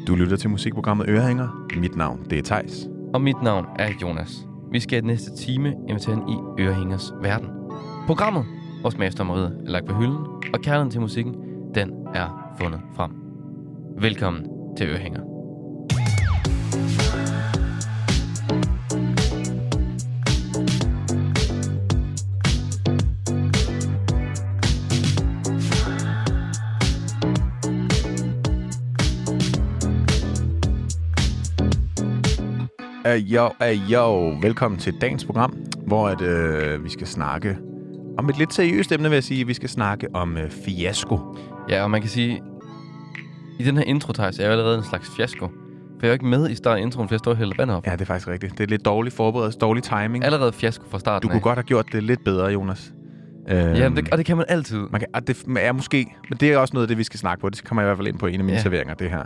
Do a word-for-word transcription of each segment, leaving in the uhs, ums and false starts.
Du lytter til musikprogrammet Ørehænger. Mit navn, det er Theis. Og mit navn er Jonas. Vi skal i næste time invitere ind i Ørehængers verden. Programmet, hvor smagsdommeriet er lagt på hylden, og kærligheden til musikken, den er fundet frem. Velkommen til Ørehænger. Uh, jo, uh, jo. Velkommen til dagens program, hvor at, uh, vi skal snakke om et lidt seriøst emne, vil jeg sige. Vi skal snakke om uh, fiasko. Ja, og man kan sige, i den her intro, Theis, er jeg allerede en slags fiasko. For jeg er jo ikke med i starten af introen, for jeg står og hælder vand op. Ja, det er faktisk rigtigt. Det er lidt dårlig forberedelse, dårlig timing. Allerede fiasko fra starten. Du kunne af. godt have gjort det lidt bedre, Jonas. Ja, det, og det kan man altid. Man kan, og det er måske, men det er også noget af det, vi skal snakke på. Det kommer jeg i hvert fald ind på en af mine ja. serveringer, det her.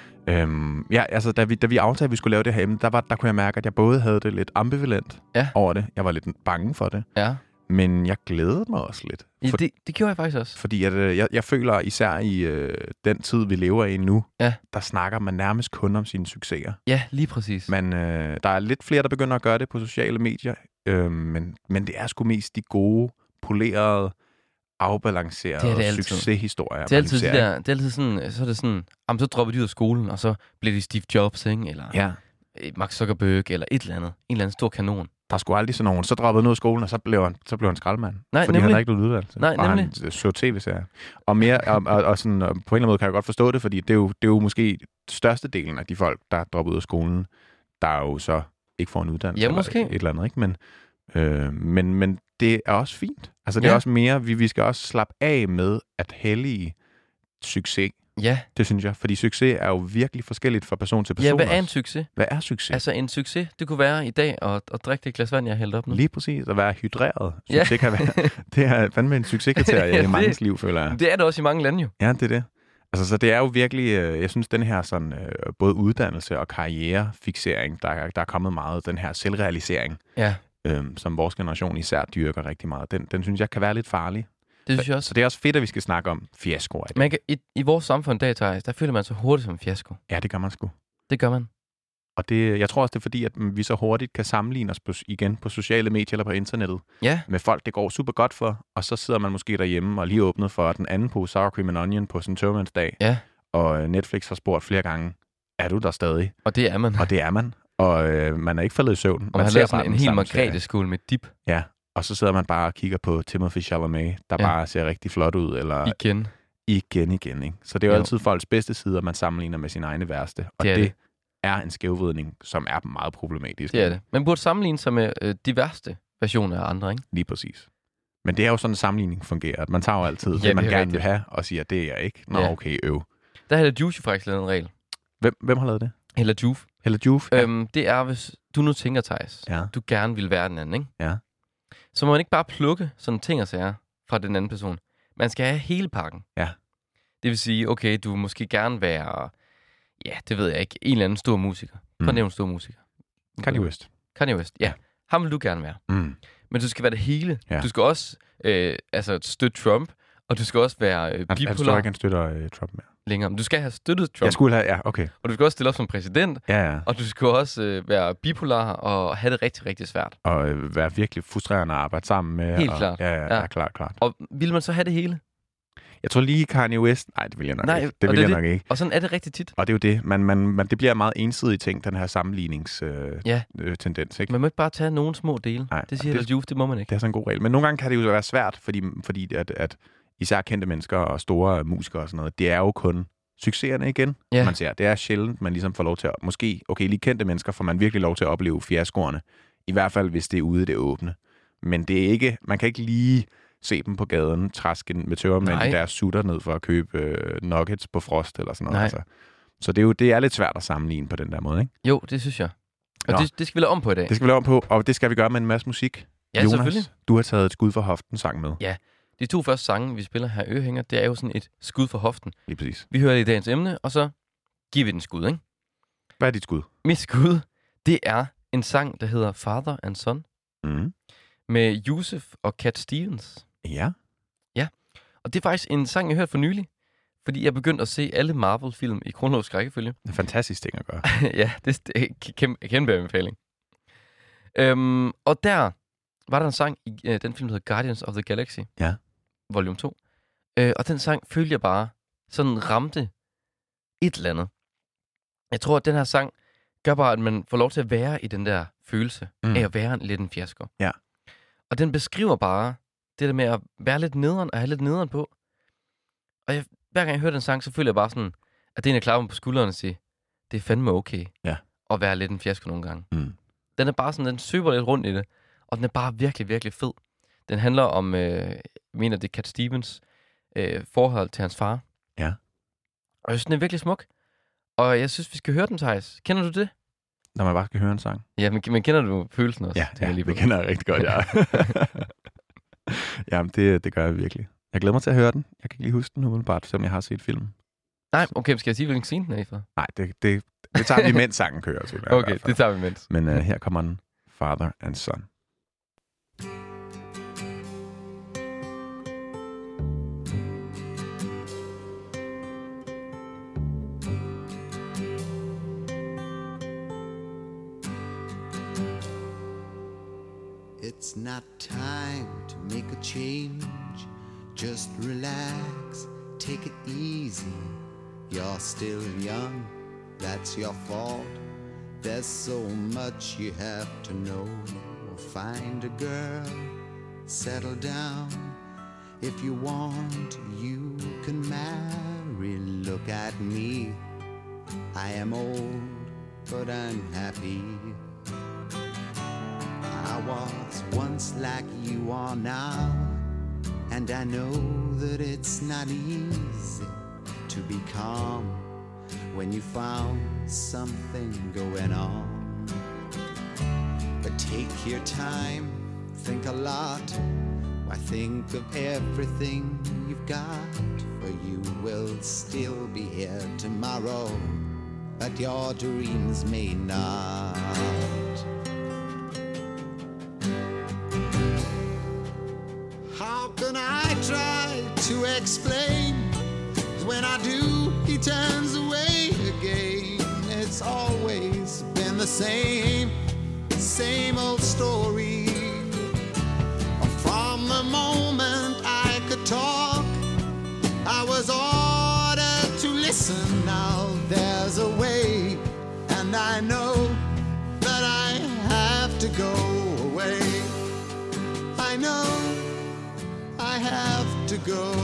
Øhm, ja, altså, da vi, da vi aftalte, at vi skulle lave det her emne, der, var, der kunne jeg mærke, at jeg både havde det lidt ambivalent ja. over det. Jeg var lidt bange for det. Ja. Men jeg glædede mig også lidt. For, det, det gjorde jeg faktisk også. Fordi at, øh, jeg, jeg føler især i øh, den tid, vi lever i nu, ja. der snakker man nærmest kun om sine succeser. Ja, lige præcis. Men øh, der er lidt flere, der begynder at gøre det på sociale medier. Øh, men, men det er sgu mest de gode, polerede, afbalancerede det det succeshistorier. Det er altid, de der, det er altid sådan, så er det sådan, jamen, så dropper de ud af skolen, og så bliver de Steve Jobs, ikke? Eller ja. Mark Zuckerberg, eller et eller andet. En eller anden stor kanon. Der skulle aldrig sådan nogen. Så droppede han ud af skolen, og så blev han, så blev han skraldemand. Nej, fordi nemlig. han havde ikke noget uddannelse. Nej, og nemlig. han så tv-serier. Og, mere, og, og, og sådan, og på en eller anden måde kan jeg godt forstå det, fordi det er jo, det er jo måske størstedelen af de folk, der dropper ud af skolen, der jo så ikke får en uddannelse. Ja, måske. Eller et eller andet, ikke? Men, øh, men, men det er også fint. Altså, det ja. er også mere, vi, vi skal også slappe af med at hellige succes. Ja. Det synes jeg, fordi succes er jo virkelig forskelligt fra person til person. Ja, hvad også. er en succes? Hvad er succes? Altså en succes, det kunne være i dag at, at drikke det glas vand, jeg har hældt op nu. Lige præcis, at være hydreret. Succes ja. kan være, det er fandme en succeskriterie ja, i manges liv, føler jeg. Det er det også i mange lande jo. Ja, det er det. Altså, så det er jo virkelig, jeg synes, den her sådan, både uddannelse og karrierefixering, der, der er kommet meget, den her selvrealisering, ja. øhm, som vores generation især dyrker rigtig meget, den, den synes jeg kan være lidt farlig. Det synes jeg også. Så det er også fedt, at vi skal snakke om fiaskoer. Man kan, i, I vores samfund, der, Theis, der føler man så hurtigt som en fiasko. Ja, det gør man sgu. Det gør man. Og det, jeg tror også, det er fordi, at vi så hurtigt kan sammenligne os på, igen på sociale medier eller på internettet ja. med folk, det går super godt for, og så sidder man måske derhjemme og lige åbnet for den anden på Sour Cream and Onion på sådan en tørmandsdag, ja. og Netflix har spurgt flere gange, er du der stadig? Og det er man. Og det er man. Og øh, man er ikke faldet i søvn. Og man man har lavet sådan en helt Margrethe-skål med dip. Ja, og så sidder man bare og kigger på Timothée Chalamet, der ja. bare ser rigtig flot ud. Eller igen. Igen, igen, ikke? Så det er jo, jo. altid folks bedste sider, man sammenligner med sine egne værste. Og det er, det det. er en skævvridning, som er meget problematisk. Det er det. Man burde sammenligne sig med øh, de værste versioner af andre, ikke? Lige præcis. Men det er jo sådan, en sammenligning fungerer. At man tager jo altid ja, det, man det gerne rigtigt. vil have, og siger, det er jeg ikke. Nå, ja. okay, øv. Der har Hella Juf faktisk lavet en regel. Hvem, hvem har lavet det? Hella Juf. Hella Juf? Ja. Øhm, det er, hvis du nu tænker, Theis, ja. du gerne vil være den anden, ikke? Ja. Så må man ikke bare plukke sådan ting og sager fra den anden person. Man skal have hele pakken. Ja. Det vil sige, okay, du vil måske gerne være, ja, det ved jeg ikke, en eller anden stor musiker. Mm. Fornævn stor musiker. Kanye West. Kanye West, ja. ja. Ham vil du gerne være. Mm. Men du skal være det hele. Ja. Du skal også øh, altså støtte Trump, og du skal også være øh, bipolar. Han står ikke, han støtter øh, Trump mere. Længere. Men du skal have støttet Trump. Jeg skulle have, ja, okay. Og du skal også stille op som præsident. Ja, ja. Og du skal også øh, være bipolar og have det rigtig, rigtig svært. Og øh, være virkelig frustrerende at arbejde sammen med. Helt og, klart. Ja, ja, ja. ja, klart, klart. Og vil man så have det hele? Jeg tror lige Kanye West... Nej, det vil jeg nok Nej, ikke. Det vil det jeg det. nok ikke. Og sådan er det rigtig tit. Og det er jo det. Man, man, man, det bliver en meget ensidig ting, den her sammenlignings øh, ja. øh, tendens, ikke? Man må ikke bare tage nogle små dele. Nej, det siger Hella Juf, det må man ikke. Det er sådan en god regel. Men nogle gange kan det jo være svært, fordi, fordi at, at især kendte mennesker og store musikere og sådan noget, det er jo kun succeserne igen, ja. man ser. Det er sjældent, man ligesom får lov til at... Måske, okay, lige kendte mennesker får man virkelig lov til at opleve fiaskoerne. I hvert fald, hvis det er ude i det åbne. Men det er ikke... Man kan ikke lige se dem på gaden, traske med tørmænd i deres sutter ned for at købe øh, nuggets på Frost eller sådan noget. Altså. Så det er jo det er lidt svært at sammenligne på den der måde, ikke? Jo, det synes jeg. Og det, det skal vi lave om på i dag. Det skal vi lave om på, og det skal vi gøre med en masse musik. Ja, Jonas, selvfølgelig. Du har taget et skud for hoften sang med. Ja, de to første sange, vi spiller her i Ørehænger, det er jo sådan et skud for hoften. Lige præcis. Vi hører det i dagens emne, og så giver vi den skud, ikke? Hvad er dit skud? Mit skud, det er en sang, der hedder Father and Son. Mm. Med Yusuf og Cat Stevens. Ja. Ja, og det er faktisk en sang, jeg hørte for nylig. fordi jeg begyndte at se alle Marvel-film i kronologisk rækkefølge. Det er en fantastisk ting at gøre. Ja, det er en kæmpe, kæmpe anbefaling. Øhm, og der var der en sang i øh, den film, der hedder Guardians of the Galaxy. Ja. Volume to. Øh, og den sang følte jeg bare sådan ramte et eller andet. Jeg tror, at den her sang gør bare, at man får lov til at være i den der følelse mm. af at være en, lidt en fiasko. Ja. Og den beskriver bare det der med at være lidt nederen og have lidt nederen på. Og jeg, hver gang jeg hører den sang, så føler jeg bare sådan, at det er en, der klapper mig på skulderen og siger, det er fandme okay ja. at være lidt en fiasko nogle gange. Mm. Den er bare sådan, den søber lidt rundt i det, og den er bare virkelig, virkelig fed. Den handler om, øh, jeg mener, det er Cat Stevens øh, forhold til hans far. Ja. Og jeg synes, den er virkelig smuk. Og jeg synes, vi skal høre den, Theis. Kender du det? Når man bare skal høre en sang. Ja, men, men kender du følelsen også? Ja, ja det kender jeg rigtig godt, ja. Jamen, det, det gør jeg virkelig. Jeg glæder mig til at høre den. Jeg kan ikke lige huske den umiddelbart, selvom jeg har set filmen. Nej, okay, skal jeg sige, hvilken scene den er i for? Nej, det, det, det tager vi, mens sangen kører til. Okay, det tager vi mens. Men uh, her kommer den. Father and Son. It's not time to make a change. Just relax, take it easy. You're still young, that's your fault. There's so much you have to know. Find a girl, settle down. If you want, you can marry. Look at me, I am old, but I'm happy. I was once like you are now, and I know that it's not easy to be calm when you found something going on. But take your time, think a lot. Why think of everything you've got? For you will still be here tomorrow, but your dreams may not. How can I try to explain? 'Cause when I do, he turns away again. It's always been the same, same old story. From the moment I could talk, I was ordered to listen. Now there's a way, and I know that I have to go away. I know I have to go.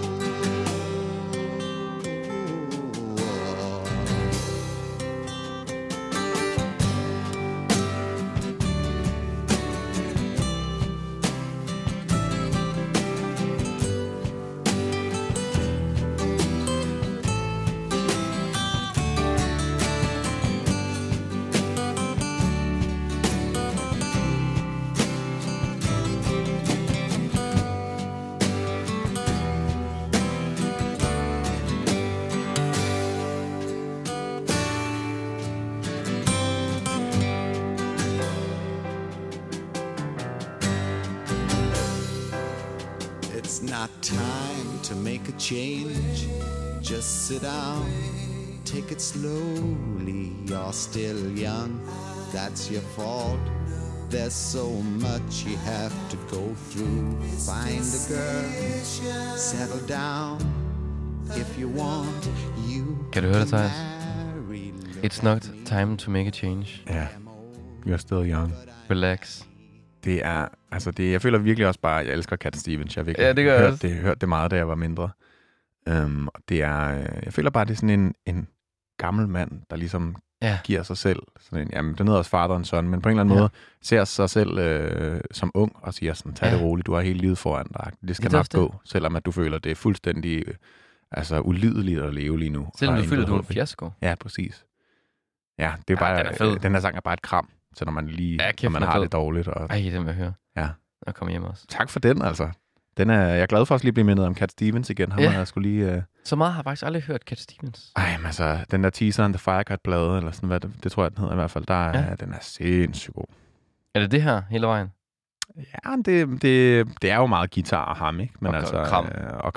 It's not time to make a change. Just sit down, take it slowly. You're still young, that's your fault. There's so much you have to go through. Find a girl, settle down. If you want, you Kan du høre det, Theis? marry. It's not time to make a change. Ja, you're still young. Relax. Det er, altså det, jeg føler virkelig også bare, at jeg elsker Cat Stevens. Jeg har virkelig Ja, det gør jeg hørt, også. det, hørt det meget, da jeg var mindre. Um, det er, jeg føler bare, det er sådan en, en gammel mand, der ligesom Ja. giver sig selv sådan en, jamen, den hedder også Father and Son, men på en eller anden Ja. måde ser sig selv øh, som ung og siger sådan, tag Ja. det roligt, du har hele livet foran dig. Det skal Ja, det er nok også gå, selvom at du føler, det er fuldstændig øh, altså, ulideligt at leve lige nu. Selvom Der du er føler, intet du er en håb, ikke? fiasko. Ja, præcis. Ja, det er Ja, bare, den er fed. den her sang er bare et kram, så når man lige, Ja, kæft, når man den er har fed. det dårligt. Og, Ej, den vil jeg høre. Ja. Og komme hjem også. Tak for den, altså. Den er, jeg er glad for at lige blive mindet om Cat Stevens igen. Ham Ja. har jeg skulle lige... Øh... Så meget har jeg faktisk aldrig hørt Cat Stevens. Ej, men altså, den der teaser and the Firecut-blade, eller sådan hvad, det, det tror jeg, den hedder i hvert fald, der er, Ja. den er sindssygt god. Er det det her hele vejen? Ja, men det, det, det er jo meget guitar og ham, ikke? Men Og altså, kram. Øh, og kram.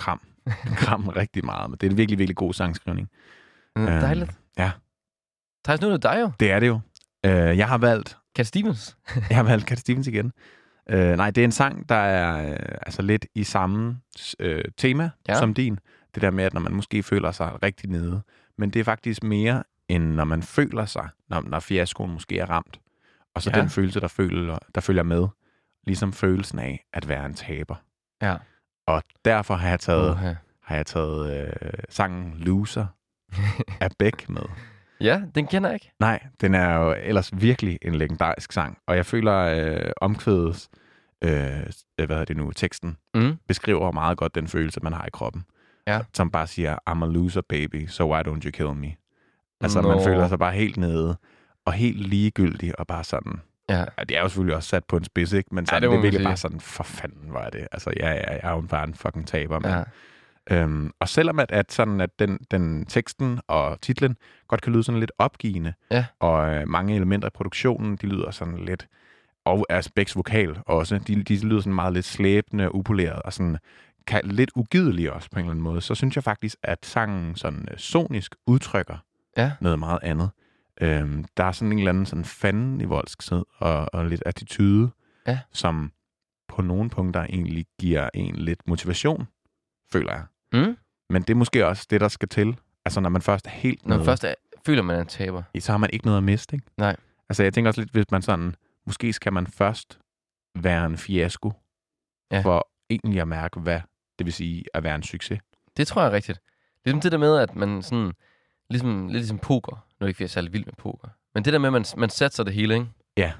Kram rigtig meget. Men det er en virkelig, virkelig god sangskrivning. Mm, dejligt. Øhm, ja. Thijs, nu er det dig jo. Det er det jo. Uh, jeg har valgt... Cat Stevens. jeg har valgt Cat Stevens igen. Uh, nej, det er en sang, der er uh, altså lidt i samme uh, tema ja. som din. Det der med, at når man måske føler sig rigtig nede. Men det er faktisk mere, end når man føler sig, når, når fiaskoen måske er ramt. Og så ja. den følelse, der, føler, der følger med. Ligesom følelsen af at være en taber. Ja. Og derfor har jeg taget, uh-huh. har jeg taget øh, sangen Loser af Beck med. Ja, den kender jeg ikke. Nej, den er jo ellers virkelig en legendarisk sang. Og jeg føler, øh, omkvædets, øh, hvad hedder det nu, teksten, mm. beskriver meget godt den følelse, man har i kroppen. Ja. Som bare siger, I'm a loser, baby, so why don't you kill me? Altså, Nå. man føler sig bare helt nede, og helt ligegyldig, og bare sådan... Ja. Ja, det er jo selvfølgelig også sat på en spids, ikke? Men sådan, ja, det, det er virkelig sige. bare sådan, for fanden var det. Altså, ja, ja, jeg er jo bare en fucking taber, men... Ja. Øhm, og selvom at, at, sådan, at den, den teksten og titlen godt kan lyde sådan lidt opgivende, ja. og øh, mange elementer i produktionen, de lyder sådan lidt... Og altså Becks vokal også, de, de lyder sådan meget lidt slæbende, upoleret, og sådan kan, lidt ugidelige også på en eller anden måde. Så synes jeg faktisk, at sangen sådan øh, sonisk udtrykker ja. noget meget andet. Øhm, der er sådan en eller anden sådan fanden i voldskhed og, og lidt attitude, ja. som på nogle punkter egentlig giver en lidt motivation, føler jeg. Mm. Men det er måske også det, der skal til. Altså, når man først er helt Når man nede, først er, føler, man er en taber. så har man ikke noget at miste, ikke? Nej. Altså, jeg tænker også lidt, hvis man sådan... Måske skal man først være en fiasko, ja. for egentlig at mærke, hvad det vil sige at være en succes. Det tror jeg er rigtigt. Ligesom det der med, at man sådan... Ligesom, lidt ligesom poker. Nu er det ikke, fordi jeg er særlig vild med poker. Men det der med, at man, man satser det hele, ikke? Ja.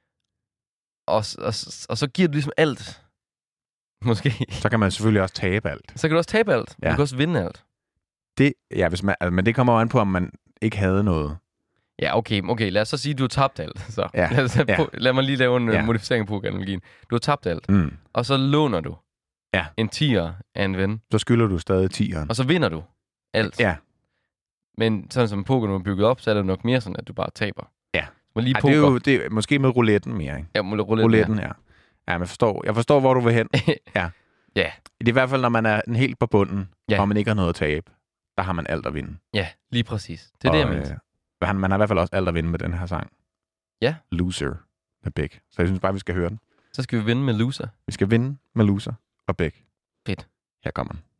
Og, og, og så giver du ligesom alt. Måske. Så kan man selvfølgelig også tabe alt. Så kan du også tabe alt. Ja. Du kan også vinde alt. Det, ja, hvis man, altså, men det kommer jo an på, om man ikke havde noget. Ja, okay. okay. Lad os så sige, at du har tabt alt. Så. Ja. Lad, os, ja. lad mig lige lave en ja. modificering af poker-analogien. Du har tabt alt. Mm. Og så låner du ja. en tier af en ven. Så skylder du stadig tieren. Og så vinder du alt. Ja. Men sådan som poker nu er bygget op, så er det nok mere sådan, at du bare taber. Ja. Lige Ej, det er jo det er, måske med rouletten mere, ikke? Ja, rouletten, rouletten ja. ja. Ja, men jeg forstår, jeg forstår, hvor du vil hen. Ja. Ja. Det er i hvert fald, når man er en helt på bunden, ja. og man ikke har noget at tabe, der har man alt at vinde. Ja, lige præcis. Det er og, det, jeg mener. Øh, man har i hvert fald også alt at vinde med den her sang. Ja. Loser med Beck. Så jeg synes bare, vi skal høre den. Så skal vi vinde med Loser. Vi skal vinde med Loser og Beck. Fedt. Her kommer den.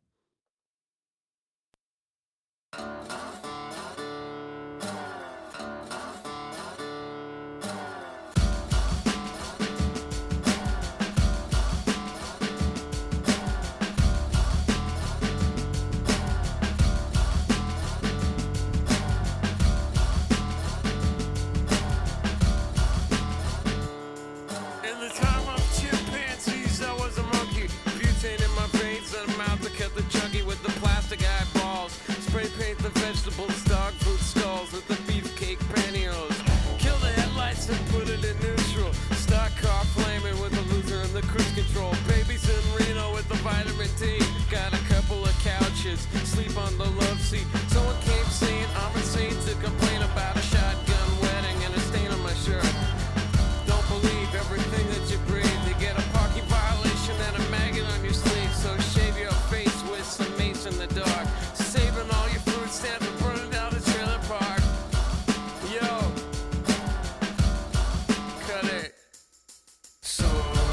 Sleep on the love seat. Someone came saying I'm insane to complain about a shotgun wedding and a stain on my shirt. Don't believe everything that you breathe. You get a parking violation and a maggot on your sleeve. So shave your face with some mace in the dark. Saving all your fruit stands and burning down the trailer park. Yo, cut it. So.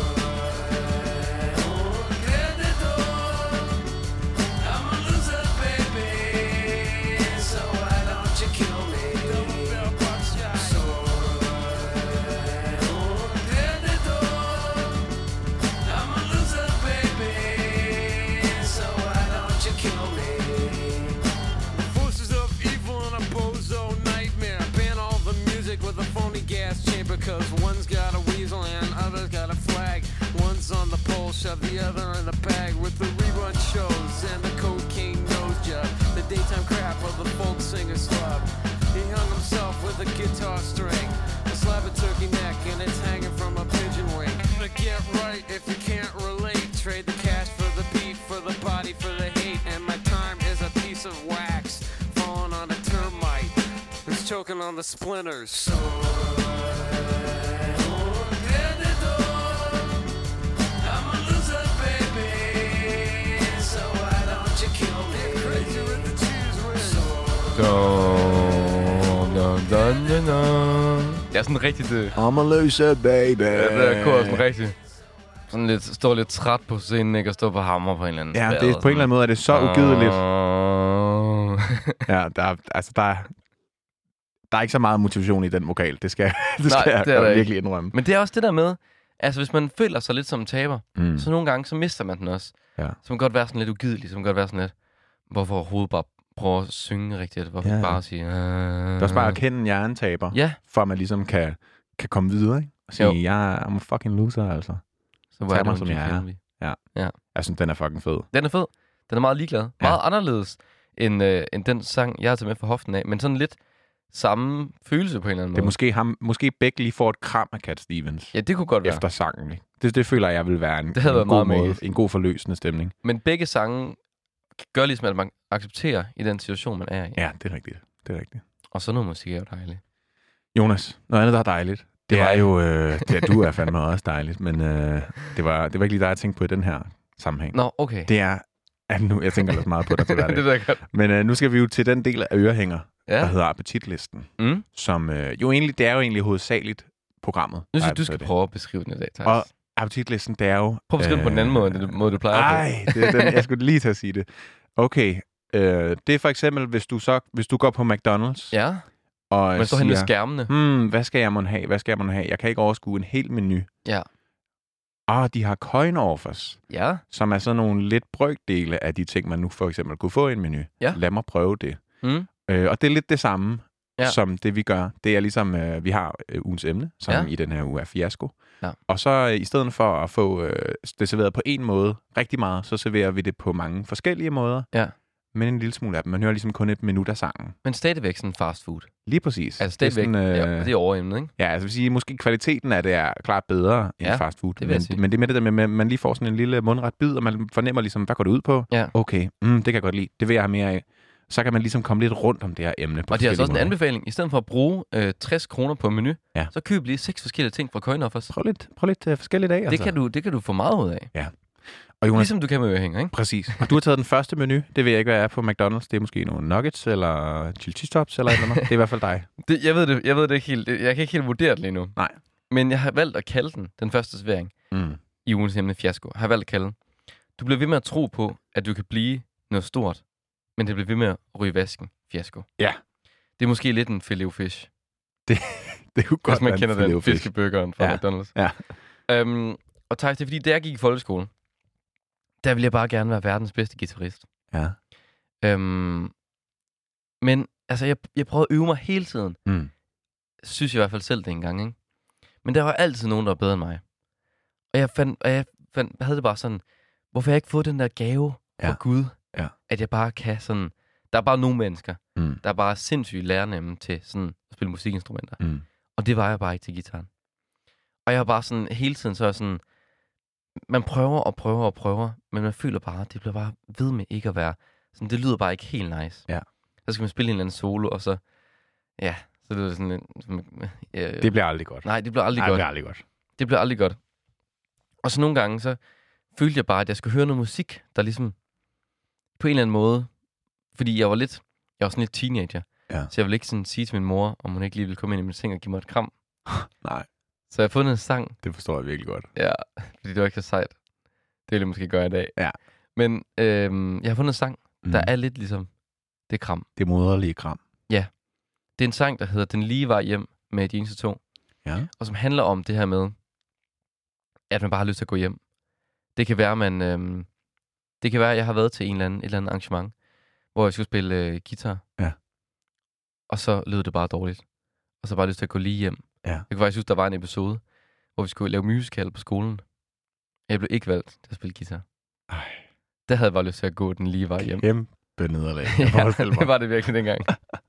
Because one's got a weasel and other's got a flag. One's on the pole, shove the other in the bag. With the rerun shows and the cocaine nose job. The daytime crap of the folk singer slub. He hung himself with a guitar string, a slab of turkey neck, and it's hanging from a pigeon wing. To get right if you can't relate, trade the cash for the beat, for the body, for the hate. And my time is a piece of wax falling on a termite. It's choking on the splinters. So Jeg er sådan rigtig det. I'm a loser, baby. Ja, det er kor sådan rigtig. Sådan lidt, står lidt træt på scenen, ikke? Og står på hammer på en eller anden. Ja, det er, på en eller anden måde er det så ugideligt. Uh... Ja, der er, altså, der er, der er ikke så meget motivation i den vokal. Det skal, det Nej, skal det er jeg der virkelig indrømme. Men det er også det der med, altså hvis man føler sig lidt som en taber, Mm. så nogle gange, så mister man den også. Ja. Så man kan godt være sådan lidt ugidelig, så man kan godt være sådan lidt, hvorfor overhovedet bare prøve at synge rigtigt, hvorfor Ja. ja. bare sige... Øh... Det er også bare at kende en hjernetaber, Ja. for at man ligesom kan, kan komme videre, ikke? Og sige, Jo. jeg er a fucking loser, altså. Så Tag er mig, det, som hun jeg er. Kennedy. Jeg synes, den er fucking fed. Den er fed. Den er meget ligeglad. Ja. Meget anderledes end, øh, end den sang, jeg har taget med fra hoften af. Men sådan lidt samme følelse på en eller anden Det er måde. måske ham, måske begge lige får et kram af Cat Stevens Ja, det kunne godt være. efter sangen, ikke? Det, det føler jeg vil være en, Det havde en været god meget måde, magisk. en god forløsende stemning. Men begge sange gør ligesom, at man accepterer i den situation, man er i. Ja, det er rigtigt. Det er rigtigt. Og så noget musik er jo dejligt. Jonas, noget andet, der er dejligt. Det, Det er var jo... Øh, det er, du er fandme også dejligt, men øh, det, var, det var ikke lige dig, jeg tænkte på i den her sammenhæng. Nå, okay. Det er... At nu, jeg tænker lidt meget på dig til hverdag. det ved jeg godt. Men øh, nu skal vi jo til den del af ørehænger, ja. der Ja. hedder appetitlisten, Mm. som øh, jo egentlig, det er jo egentlig hovedsageligt programmet. Nu der synes er du skal det. prøve at beskrive den i dag, Thijs. Og appetitlisten, det er jo... Prøv at beskrive den på den anden måde, end den måde, du plejer Ej, det er den, jeg skulle lige til at sige det. Okay, øh, det er for eksempel, hvis du, så, hvis du går på McDonald's, Ja, og man står hen ved siger, skærmene. hmm, hvad skal jeg må have, hvad skal jeg må have? Jeg kan ikke overskue en hel menu. Ja. Ah, de har coin offers, Ja. som er sådan nogle lidt brøkdele af de ting, man nu for eksempel kunne få i en menu. Ja. Lad mig prøve det. Mm. Øh, og det er lidt det samme, Ja. ja. som det vi gør. Det er ligesom, øh, vi har øh, ugens emne, som Ja. ja. i den her uge er fiasko. Ja. Og så øh, i stedet for at få øh, det serveret på en måde rigtig meget, så serverer vi det på mange forskellige måder. Ja. Men en lille smule af dem. Man hører ligesom kun et minut af sangen. Men stadigvæk sådan fast food. Lige præcis. Altså stadigvæk, det er sådan, øh, ja, det er overemnet, ikke? Ja, altså vil sige, måske kvaliteten af det er klart bedre end Ja, fast food. det vil jeg sige. men, men det med det der med, at man lige får sådan en lille mundret bid, og man fornemmer ligesom, hvad går det ud på? Ja. Okay, mm, det kan jeg godt lide. Det vil jeg have mere af. Så kan man ligesom komme lidt rundt om det her emne. På Og det er altså også en måder. anbefaling. I stedet for at bruge øh, tres kroner på en menu, Ja. så køb lige seks forskellige ting fra coin offers. Prøv lidt, prøv lidt uh, forskelligt af. Altså. Det, kan du, det kan du få meget ud af. Og Jonas, Ligesom du kan med ørehænger, ikke? præcis. Og du har taget den første menu. Det ved jeg ikke, hvad er på McDonald's. Det er måske nogle nuggets, eller chili cheese tops, eller et eller andet. Det er i hvert fald dig. Det, jeg, ved det, jeg ved det ikke helt. Jeg kan ikke helt vurdere det lige nu. Nej. Men jeg har valgt at kalde den, den første servering Mm. i ugens emne fiasko, har jeg valgt at kalde den. Du bliver ved med at tro på, at du kan blive noget stort, men det bliver ved med at ryge i vasken fiasko. Ja. Det er måske lidt en filet fish, Det er jo godt, hvis man være en kender den filet-o-fish. fiskeburgeren fra Ja. McDonald's. Ja. Øhm, og Thijs, det er fordi, da jeg gik i folkeskole, der ville jeg bare gerne være verdens bedste guitarist. Ja. Øhm, men altså, jeg, jeg prøvede at øve mig hele tiden. Mm. Synes jeg i hvert fald selv det engang, ikke? Men der var altid nogen, der var bedre end mig. Og jeg, fandt, og jeg fandt, jeg havde det bare sådan, hvorfor har jeg ikke fået den der gave fra Ja. Gud, Ja. at jeg bare kan sådan... Der er bare nogle mennesker, Mm. der er bare sindssygt lærernemme til sådan at spille musikinstrumenter. Mm. Og det var jeg bare ikke til gitaren. Og jeg var bare sådan, hele tiden så er jeg sådan, man prøver og prøver og prøver, men man føler bare, det bliver bare ved med ikke at være, sådan, det lyder bare ikke helt nice. Ja. Så skal man spille en eller anden solo, og så, ja, så lyder det sådan lidt, som, øh, Det bliver aldrig godt. nej, det bliver aldrig Nej, godt. det bliver aldrig godt. Det bliver aldrig godt. Og så nogle gange, så følte jeg bare, at jeg skulle høre noget musik, der ligesom, på en eller anden måde, fordi jeg var lidt, jeg var sådan lidt teenager, Ja. så jeg ville ikke sådan sige til min mor, om hun ikke lige ville komme ind i min seng og give mig et kram. Nej, Så jeg har fundet en sang, det forstår jeg virkelig godt. ja, fordi det var ikke så sejt. Det ville jeg måske gøre i dag. Ja. Men øhm, jeg har fundet en sang, Mm. der er lidt ligesom det kram. Det moderlige kram. Det er en sang, der hedder Den lige vej hjem med de eneste to, Ja. og som handler om det her med, at man bare har lyst til at gå hjem. Det kan være, man, øhm, det kan være, at jeg har været til en eller anden, et eller andet arrangement, hvor jeg skulle spille øh, guitar. Ja. Og så lød det bare dårligt. Og så bare lyst til at gå lige hjem. Ja. Jeg kunne faktisk huske, der var en episode, hvor vi skulle lave musical på skolen. Jeg blev ikke valgt til at spille guitar. Ej. Der havde jeg bare lyst til at gå den lige vej hjem. Kæmpe nederlag. Ja, Jeg forestiller mig. det var det virkelig dengang.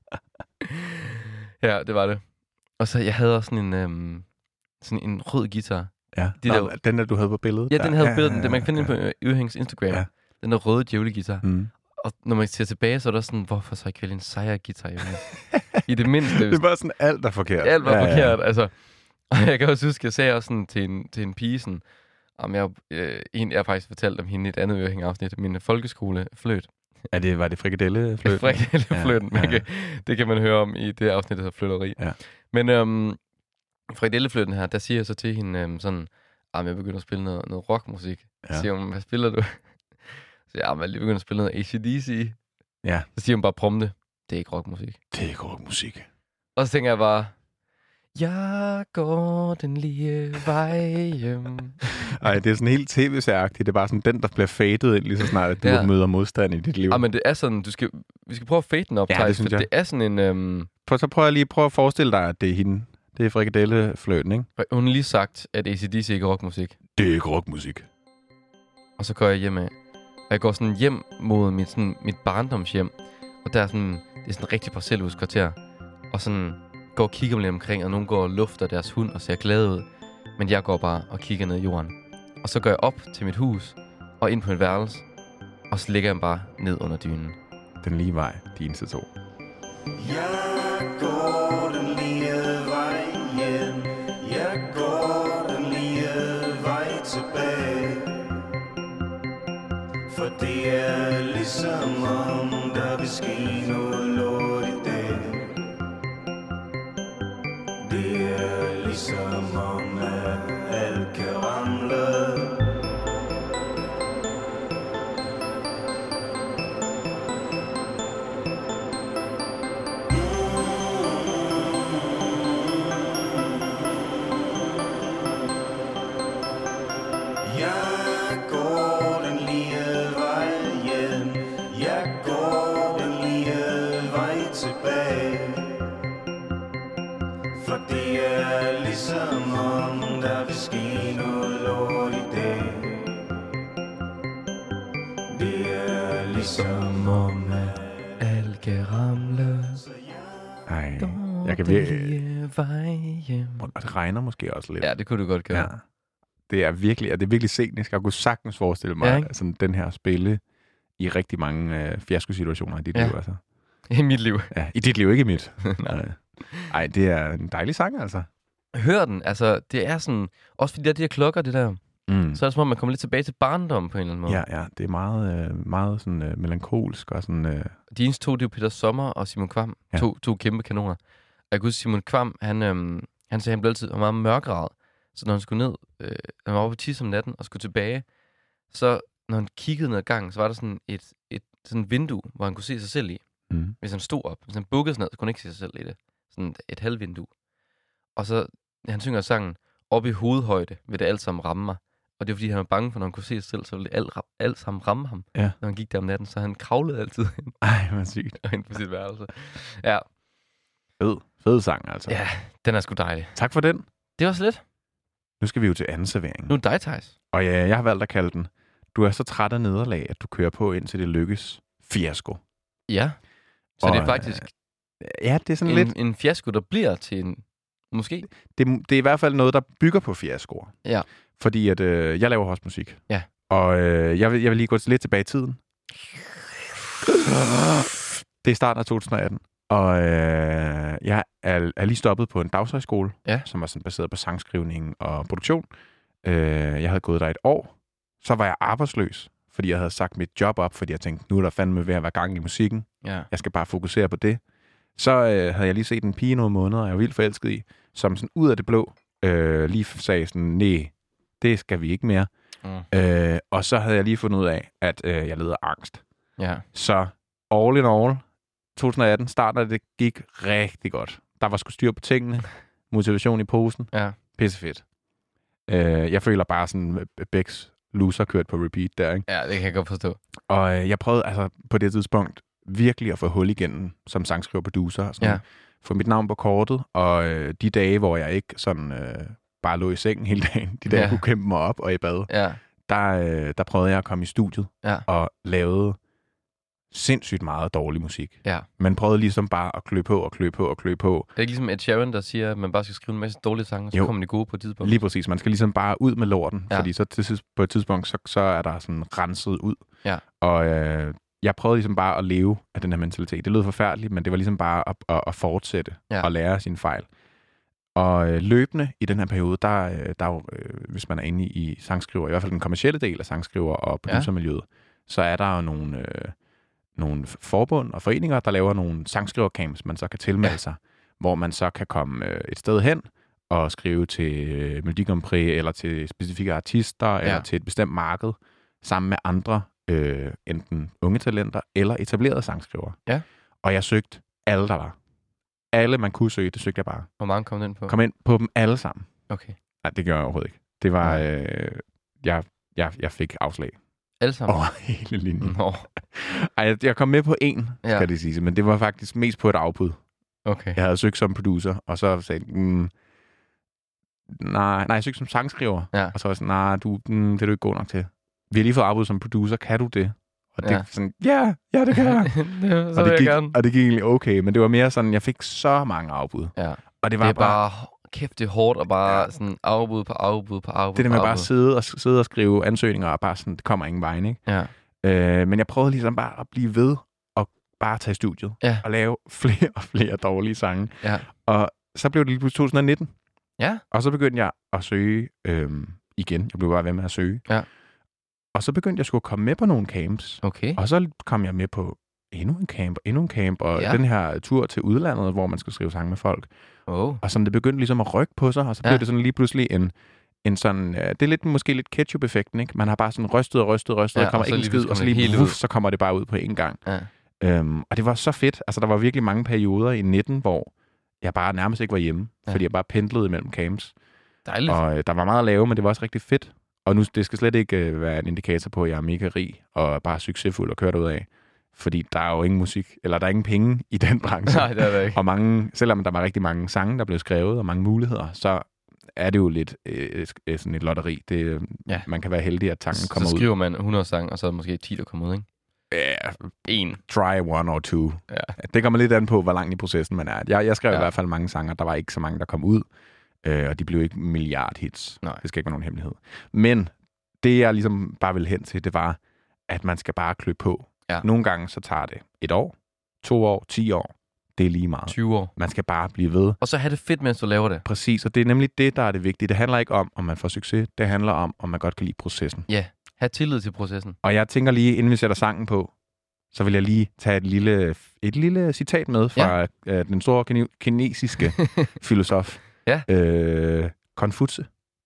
Ja, det var det. Og så jeg havde også sådan en, øhm, sådan en rød guitar. Ja. De Nå, der- den der, du havde på billedet? Ja, der. den havde billedet. Den man kan finde ja. den på Ørehængs Instagram. Ja. Den der røde djævleguitar. Mm. Og når man ser tilbage, så er der sådan, hvorfor så ikke vælge en sejr-guitar, Jonas? I det mindste. Det var sådan alt er forkert. Alt var Ja, ja. forkert, altså. Og jeg kan også huske, jeg sagde også sådan til en, til en pige, sådan, om jeg, øh, en, jeg har faktisk fortalt om hende i et andet Ørehæng-afsnit, min folkeskole fløjt. Er det, var det frikadellefløten? Frikadellefløten. Ja, ja. Kan, det kan man høre om i det afsnit, der hedder Flytteri. Ja. Men øhm, frikadellefløten her, der siger jeg så til hende øhm, sådan, at jeg begynder at spille noget, noget rockmusik. Ja. Så siger hun, hvad spiller du? Så siger jeg, jeg lige begyndt at spille noget A C D C. Ja. Så siger hun bare prompte, det er ikke rockmusik. Det er ikke rockmusik. Og så tænker jeg bare, jeg går den lige vej hjem. Ej, det er sådan helt tv-serieagtigt. Det er bare sådan den, der bliver fadet ind lige så snart, at du Ja. møder modstand i dit liv. Ja, men det er sådan, du skal, vi skal prøve at fade den op, Ja, Thijs, det synes for jeg. det er sådan en... Øhm, Prøv, så prøv jeg lige prøve at forestille dig, at det er hende. Det er frikadellefløten, ikke? hun har lige sagt, at A C D C ikke er rockmusik. Det er ikke rockmusik. Og så går jeg hjem af. Og jeg går sådan hjem mod mit, sådan, mit barndomshjem. Og der er sådan, det er sådan en rigtig parcelhuskvarter. Og sådan går og kigger mig lidt omkring, og nogen går og lufter deres hund og ser glade ud. Men jeg går bare og kigger ned i jorden. Og så går jeg op til mit hus og ind på et værelse. Og så ligger jeg bare ned under dynen. Den lige vej, de eneste to. Jeg går den lige vej hjem. Jeg går den lige vej tilbage. For det er ligesom om der vil ske noget lort i dag. Det er ligesom om at alt kan ramle. Jeg går den lige vej hjem. Jeg går den lige vej tilbage. For det er ligesom om der vil ske noget lort i dag. Det er ligesom om at Alt kan ramle. Ej, Går jeg kan den virkelig... lige vej hjem. Og det regner måske også lidt. Ja, det kunne du godt gøre. Ja. Det er virkelig, det er virkelig scenisk. Jeg kunne sagtens forestille mig, Ja, ja, ikke? sådan, den her spille i rigtig mange øh, fiaskosituationer i dit Ja. liv. Altså. I mit liv. Ja, i dit liv, ikke i mit. Nej. Ej, det er en dejlig sang, altså. Hør den, altså, det er sådan... Også fordi der er de her klokker, det der... Mm. Så er det som om, man kommer lidt tilbage til barndommen på en eller anden måde. Ja, ja, det er meget, øh, meget sådan, øh, melankolsk og sådan... Øh, De eneste to, det er jo Peter Sommer og Simon Kvam. Ja. To, to kæmpe kanoner. Og jeg kan huske, Simon Kvam, han, øhm, han sagde, han blev altid var meget mørkeret. Så når han skulle ned, øh, han var oppe på tisse om natten og skulle tilbage, så når han kiggede ned ad gangen, så var der sådan et, et sådan et vindue, hvor han kunne se sig selv i. mm. Hvis han stod op, hvis han bukkede sådan ned, så kunne han ikke se sig selv i det. Sådan et, et halvvindue. Og så, han synger sangen, op i hovedhøjde vil det alt sammen ramme mig. Og det er fordi, han var bange for, når han kunne se sig selv, så ville det alt, alt sammen ramme ham, Ja. når han gik der om natten. Så han kravlede altid ind, Ej, hvor sygt. ind på sit værelse. Ja, Fed, fed sang, altså. ja, den er sgu dejlig. Tak for den. Det var så lidt. Nu skal vi jo til anden servering. Nu er det dig, Thijs. Og ja, jeg har valgt at kalde den, du er så træt af nederlag, at du kører på, indtil det lykkes. Fiasko. Ja. Så Og, det er faktisk Ja, det er sådan en, lidt... en fiasko, der bliver til en... Måske? Det, det er i hvert fald noget, der bygger på fiaskoer. Ja. Fordi at, øh, jeg laver også musik. Ja. Og øh, jeg, vil, jeg vil lige gå lidt tilbage i tiden. Det er starten af to tusind og atten. Og øh, jeg er, er lige stoppet på en dagshøjskole, Ja. som var sådan baseret på sangskrivning og produktion. Øh, jeg havde gået der et år. Så var jeg arbejdsløs, fordi jeg havde sagt mit job op, fordi jeg tænkte, nu er der fandme ved at være gang i musikken. Ja. Jeg skal bare fokusere på det. Så øh, havde jeg lige set en pige nogle måneder, og jeg var vildt forelsket i, som sådan ud af det blå øh, lige sagde sådan, nej, det skal vi ikke mere. Mm. Øh, og så havde jeg lige fundet ud af, at øh, jeg led af angst. Ja. Så all in all, to tusind og atten, starten af det gik rigtig godt. Der var sgu styr på tingene, motivation i posen, Ja. pissefedt. Øh, jeg føler bare sådan, Becks loser kørt på repeat der, ikke? Ja, det kan jeg godt forstå. Og øh, jeg prøvede altså på det tidspunkt virkelig at få hul igennem som sangskriver producer. Og sådan, Ja. få mit navn på kortet, og øh, de dage, hvor jeg ikke sådan øh, bare lå i sengen hele dagen, de dage, Ja. jeg kunne kæmpe mig op og i bad, Ja. der, øh, der prøvede jeg at komme i studiet Ja. og lavede sindssygt meget dårlig musik. Ja. Man prøvede ligesom bare at klø på og klø på og klø på. Det er ikke ligesom Ed Sheeran, der siger, at man bare skal skrive en masse dårlige sange, og så Jo. kommer de gode på et tidspunkt. Lige præcis. Man skal ligesom bare ud med lorten, Ja. ja. fordi så til, sidst- på et tidspunkt, så, så er der sådan renset ud. Ja. Og øh, jeg prøvede ligesom bare at leve af den her mentalitet. Det lød forfærdeligt, men det var ligesom bare at, at, at fortsætte Ja. og lære sine fejl. Og øh, løbende i den her periode, der, øh, der er jo, øh, hvis man er inde i, i sangskriver, i hvert fald den kommercielle del af sangskriver og producermiljøet, så er der jo nogle, øh, nogle forbund og foreninger, der laver nogle sangskrivercamps, man så kan tilmelde Ja. sig, hvor man så kan komme øh, et sted hen og skrive til øh, Melodi Grand Prix, eller til specifikke artister, ja. eller til et bestemt marked, sammen med andre, øh, enten unge talenter eller etablerede sangskrivere. Ja. Og jeg søgte alle, der var. Alle, man kunne søge, det søgte jeg bare. Hvor mange kom den på? Kom ind på dem alle sammen. Okay. Nej, det gjorde jeg overhovedet ikke. Det var... Øh, jeg, jeg, jeg fik afslag Alle sammen? over hele linjen. Nå, Ej, jeg, jeg kom med på en, Ja. kan det sige, men det var faktisk mest på et afbud. okay. Jeg havde søgt som producer, og så sagde jeg, mm, nej, nej, jeg søgte som sangskriver. Ja. Og så var jeg sådan, nej, du, mm, det er du ikke god nok til. Vi har lige fået afbud som producer, kan du det? Og det Ja. ja. sådan, ja, ja, det kan jeg. det, så og, vil det jeg gik, gerne. og det gik egentlig okay, men det var mere sådan, jeg fik så mange afbud. Ja. Og det Det var er bare, bare, kæft, det er hårdt at bare Ja. sådan afbud på afbud på afbud det der på med bare afbud. at sidde og, sidde og skrive ansøgninger, og bare sådan, det kommer ingen vej, ikke? Ja. Øh, men jeg prøvede ligesom bare at blive ved, og bare tage studiet, Ja. og lave flere og flere dårlige sange. Ja. Og så blev det lige pludselig to tusind nitten. Ja. Og så begyndte jeg at søge øhm, igen. Jeg blev bare ved med at søge. Ja. Og så begyndte jeg skulle komme med på nogle camps. Okay. Og så kom jeg med på endnu en camp, og endnu en camp, og Ja. den her tur til udlandet, hvor man skal skrive sange med folk. Oh. Og sådan, det begyndte ligesom at rykke på sig, og så blev Ja. det sådan lige pludselig en, en sådan... Øh, det er lidt, måske lidt ketchup-effekten, ikke? Man har bare sådan rystet og rystet og rystet, Ja, og kommer og så ikke en lige skid, pludselig og så kommer det lige helt vuff, ud. så kommer det bare ud på én gang. Ja. Øhm, og det var så fedt. Altså, der var virkelig mange perioder i nitten, hvor jeg bare nærmest ikke var hjemme, Ja. fordi jeg bare pendlede imellem camps. Dejligt. Og øh, der var meget at lave, men det var også rigtig fedt. Og nu, det skal slet ikke øh, være en indikator på, at jeg er mega rig og bare succesfuld og kører derud af. Fordi der er jo ingen musik, eller der er ingen penge i den branche. Nej, det er det ikke. Og mange, selvom der var rigtig mange sange, der blev skrevet, og mange muligheder, så er det jo lidt øh, øh, sådan et lotteri. Det, øh, Ja. Man kan være heldig, at sangen kommer Så ud. skriver man hundrede sange, og så er der måske ti, der kommer ud, ikke? Ja, En. try one or two. Ja. Det kommer lidt an på, hvor langt i processen man er. Jeg, jeg skrev Ja. i hvert fald mange sanger. Der var ikke så mange, der kom ud. Øh, og de blev ikke milliardhits. Nej. Det skal ikke være nogen hemmelighed. Men det, jeg ligesom bare ville hen til, det var, at man skal bare klø på. Ja. Nogle gange så tager det et år, to år, ti år. Det er lige meget. tyve år. Man skal bare blive ved. Og så have det fedt, mens du laver det. Præcis, og det er nemlig det, der er det vigtige. Det handler ikke om, om man får succes. Det handler om, om man godt kan lide processen. Ja. Ha' tillid til processen. Og jeg tænker lige, inden vi sætter sangen på, så vil jeg lige tage et lille, et lille citat med fra ja. øh, den store kine- kinesiske filosof. Ja. Øh, Konfutse.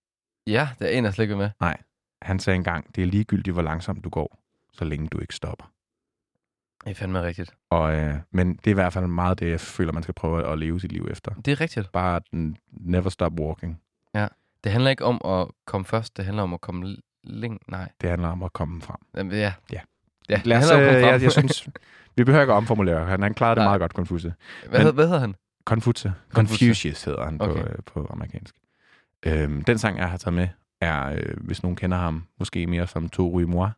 Ja, det er en, der slet ikke med. Nej, han sagde engang, det er ligegyldigt, hvor langsomt du går, så længe du ikke stopper. Det er fandme rigtigt. Og, øh, men det er i hvert fald meget det, jeg føler, man skal prøve at leve sit liv efter. Det er rigtigt. Bare den never stop walking. Det handler ikke om at komme først, det handler om at komme længe. Nej. Det handler om at komme frem. Jamen, ja. Ja. Ja, Lad os, det handler om at øh, komme jeg, frem. jeg synes, vi behøver ikke at omformulere. Han, han klarede det Nej. meget godt, Konfutse. hvad, men- hed, hvad hedder han? Konfutse. Konfutse. Confucius hedder han Okay. på, øh, på amerikansk. Øhm, den sang, jeg har taget med, er, øh, hvis nogen kender ham, måske mere som Toru Imoi.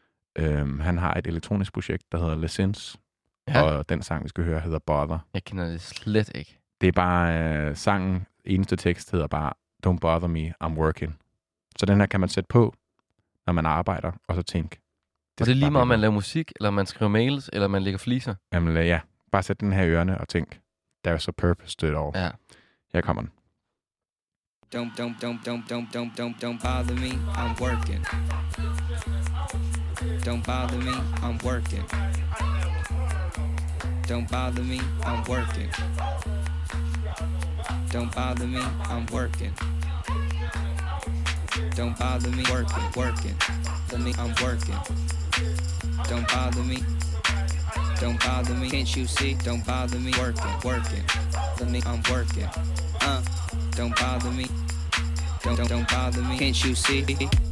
Øhm, han har et elektronisk projekt, der hedder Lessence. Ja. Og den sang, vi skal høre, hedder Bother. Jeg kender det slet ikke. Det er bare, øh, sangen, eneste tekst hedder bare, Don't bother me, I'm working. Så den her kan man sætte på, når man arbejder, og så tænke. Og det er skal lige bare meget, om blive man laver musik, eller man skriver mails, eller man lægger fliser. Jamen lad- ja, bare sæt den her i ørerne og tænk, there's a purpose to it all. Ja. Her kommer den. Don't, don't, don't, don't, don't, don't, don't, don't bother me, I'm working. Don't bother me, I'm working. Don't bother me, I'm working. Don't bother me, I'm working. Don't bother me, working, working. Let me, I'm working. Don't bother me. Don't bother me, can't you see? Don't bother me, working, working. Let me, I'm working. Uh, don't bother me. Don't, don't, don't bother me, can't you see?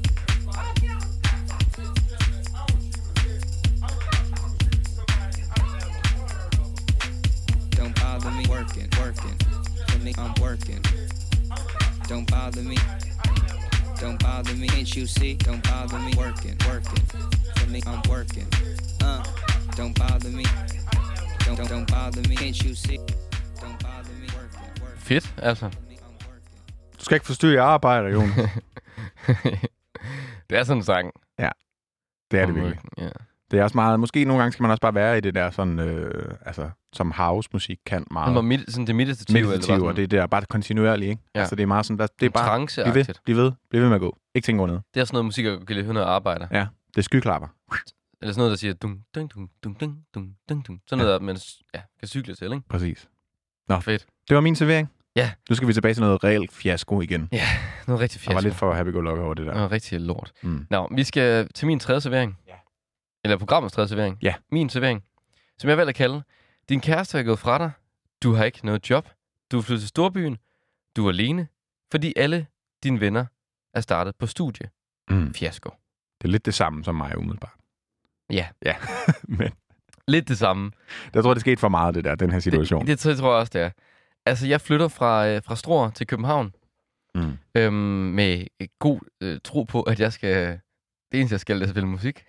Don't bother me, working, working. Let me, I'm working. Don't bother me. Don't bother me, can't you see? Don't bother me, working, working. Let me, I'm working. Uh, don't bother me. Don't, don't, don't bother me, can't you see? Don't bother me, working, working. Fedt, altså. Let me, I'm working. Du skal ikke forstyrre, jeg arbejder, Jon. Det er sådan en sang. Det er det virkelig. Ja. Det er også meget, måske nogle gange skal man også bare være i det der sådan, øh, altså, som house-musik kan meget. Han var midt, sådan det meditative. eller meditativ, bare og det er bare kontinuerligt, ikke? Ja. Altså, det er meget sådan, der, det er bare, bliv ved, tranceagtigt. bliv ved, bliv ved med at gå. Ikke tænke over noget. Det er sådan noget musik, jeg kan lide, når jeg arbejder. Ja, det er skyklapper. Eller sådan noget, der siger... Dum, dum, dum, dum, dum, dum, dum, dum. Sådan noget, ja. man ja, kan cykle til, ikke? Præcis. Nå, fedt. Det var min servering. Ja. Nu skal vi tilbage til noget reelt fiasko igen. Ja, noget rigtig fiasko. Jeg var lidt for happy-go-lucky over det der. Noget rigtig lort. Mm. Nå, vi skal til min tredje servering. Ja. Eller programmets tredje servering. Ja. Min servering. Som jeg vil at kalde. Din kæreste er gået fra dig. Du har ikke noget job. Du er flyttet til storbyen. Du er alene. Fordi alle dine venner er startet på studie. Mm. Fiasko. Det er lidt det samme som mig, umiddelbart. Ja. Ja, men... Lidt det samme. Jeg tror, det skete for meget, det der, den her situation. Det, det tror jeg også, det er. Altså, jeg flytter fra, øh, fra Struer til København. Mm. Øhm, med god øh, tro på, at jeg skal... Det eneste, jeg skal, er spille musik.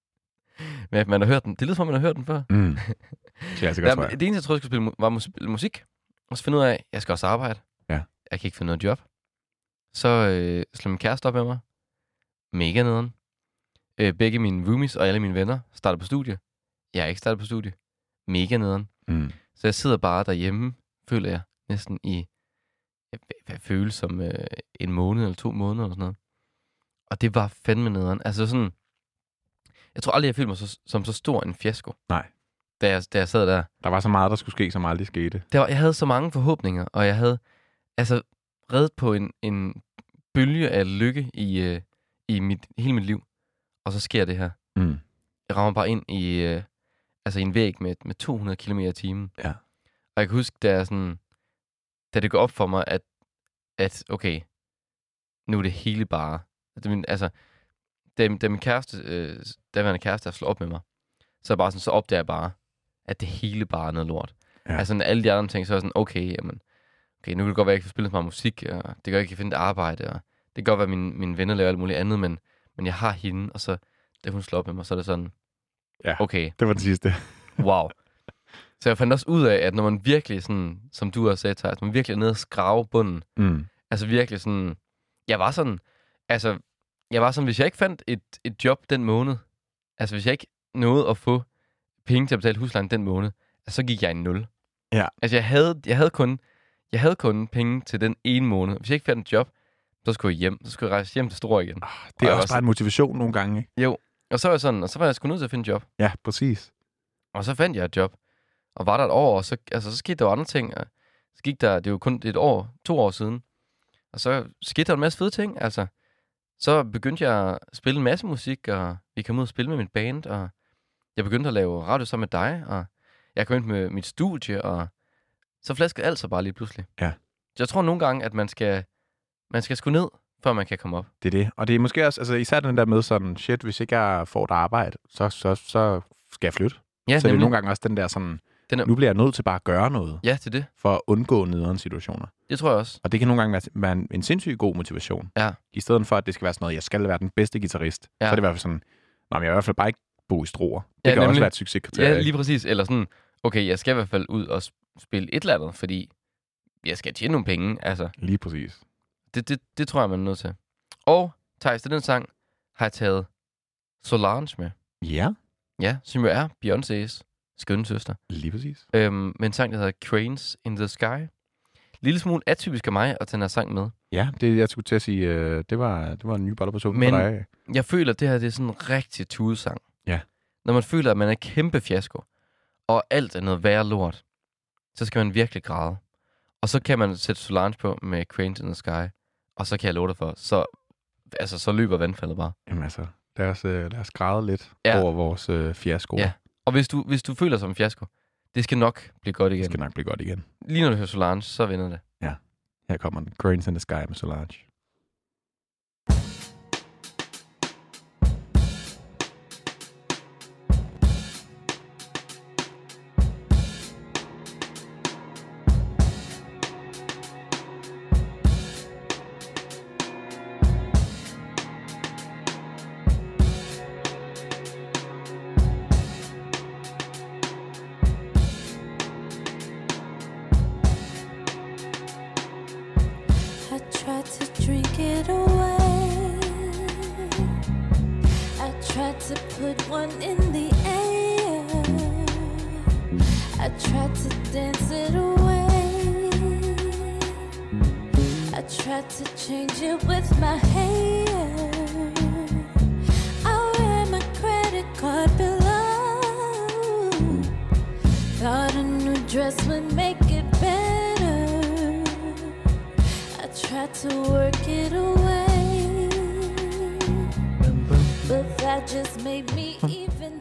Men at man har hørt den. Det lyder som, man har hørt den før. Mm. Klassiker, tror jeg. Det eneste, jeg troede, jeg skulle spille, var mus- musik. Og så finde ud af, at jeg skal også arbejde. Ja. Jeg kan ikke finde noget job. Så øh, slår min kæreste op med mig. Mega nederen. Øh, begge mine roomies og alle mine venner starter på studie. Jeg er ikke startet på studie. Mega nederen. Mm. Så jeg sidder bare derhjemme, føler jeg, næsten i, hvad føles som øh, en måned eller to måneder eller sådan noget. Og det var fandme nederen. Altså sådan, jeg tror aldrig, jeg følte mig så, som så stor en fiasko. Nej. Da jeg, da jeg sad der. Der var så meget, der skulle ske, som aldrig skete. Der var, jeg havde så mange forhåbninger, og jeg havde altså reddet på en, en bølge af lykke i, øh, i mit, hele mit liv. Og så sker det her. Mm. Jeg rammer bare ind i, øh, altså i en væg med, med to hundrede kilometer i timen. Ja. Og jeg kan huske, da, jeg sådan, da det går op for mig, at, at okay, nu er det hele bare... Det min, altså, da, da min kæreste, øh, daværende kæreste, slår op med mig, så, bare sådan, så opdager jeg bare, at det hele bare er noget lort. Ja. Altså, alle de andre ting, så er jeg sådan, okay, jamen, okay, nu kan det godt være, at jeg ikke får spillet så meget musik, og det kan godt, jeg kan finde et arbejde, og det kan godt være, at mine, mine venner laver alt muligt andet, men, men jeg har hende, og så, da hun slår op med mig, så er det sådan, ja, okay. Det var det sidste. Wow. Så jeg fandt også ud af, at når man virkelig sådan, som du også sagde, Thijs, man virkelig er nede og skrave bunden, Mm. altså virkelig sådan, jeg var sådan, altså, jeg var sådan, hvis jeg ikke fandt et, et job den måned, altså hvis jeg ikke nåede at få penge til at betale huslejen den måned, altså, så gik jeg i nul. Ja. Altså jeg havde, jeg havde kun, jeg havde kun penge til den ene måned. Hvis jeg ikke fandt et job, så skulle jeg hjem, så skulle jeg rejse hjem til Struer igen. Oh, det er og også bare en motivation nogle gange, ikke? Jo, og så var jeg sådan, og så var jeg sgu nødt til at finde et job. Ja, præcis. Og så fandt jeg et job, og var der et år, og så, altså, så skete der jo andre ting, og så gik der, det var kun et år, to år siden, og så skete der en masse fede ting, altså. Så begyndte jeg at spille en masse musik, og vi kom ud og spille med mit band, og jeg begyndte at lave radio sammen med dig, og jeg kom ind med mit studie, og så flaskede alt så bare lige pludselig. Ja. Så jeg tror nogle gange, at man skal, man skal sgu ned, før man kan komme op. Det er det. Og det er måske også, altså især den der med sådan, shit, hvis ikke jeg får et arbejde, så, så, så skal jeg flytte. Ja, så det er nemlig. nogle gange også den der sådan, Den er... nu bliver jeg nødt til bare at gøre noget, Ja, til det. for at undgå nederen situationer. Det tror jeg også. Og det kan nogle gange være, være en, en sindssygt god motivation. Ja. I stedet for, at det skal være sådan noget, jeg skal være den bedste guitarist. Ja. Så er det i hvert fald sådan, nå, men jeg vil i hvert fald bare ikke bo i Struer. Det Ja, kan nemlig. også være et succeskriterie. Ja, lige præcis. Eller sådan, okay, jeg skal i hvert fald ud og spille et eller andet, fordi jeg skal tjene nogle penge, altså. Lige præcis. Det, det, det tror jeg, man er nødt til. Og, Thijs, til den sang har jeg taget Solange med. Ja, Ja, som jo er Beyoncés skønne søster. lige præcis. Øhm, med en sang, der hedder Cranes in the Sky. Lille smule atypisk af mig at tage den her sang med. Ja, det jeg skulle til at sige, øh, det, var, det var en ny bolle på suppen Men- for dig. Jeg føler, at det her det er sådan en rigtig tudesang. Ja. Når man føler, at man er en kæmpe fiasko, og alt er noget værre lort, så skal man virkelig græde. Og så kan man sætte Solange på med Cranes in the Sky, og så kan jeg love dig for, så, altså, så løber vandfaldet bare. Jamen altså, lad os, øh, lad os græde lidt Ja. over vores øh, fiasko. Ja. Og hvis du, hvis du føler som en fiasko, det skal nok blive godt igen. Det skal nok blive godt igen. Lige når du hører Solange, så vinder det. Her kommer den. Cranes in the Sky med Solange. I tried to drink it away. I tried to put one in the air. I tried to dance it away. I tried to change it with my hair. I wear my credit card bill dress would make it better. I tried to work it away, but that just made me even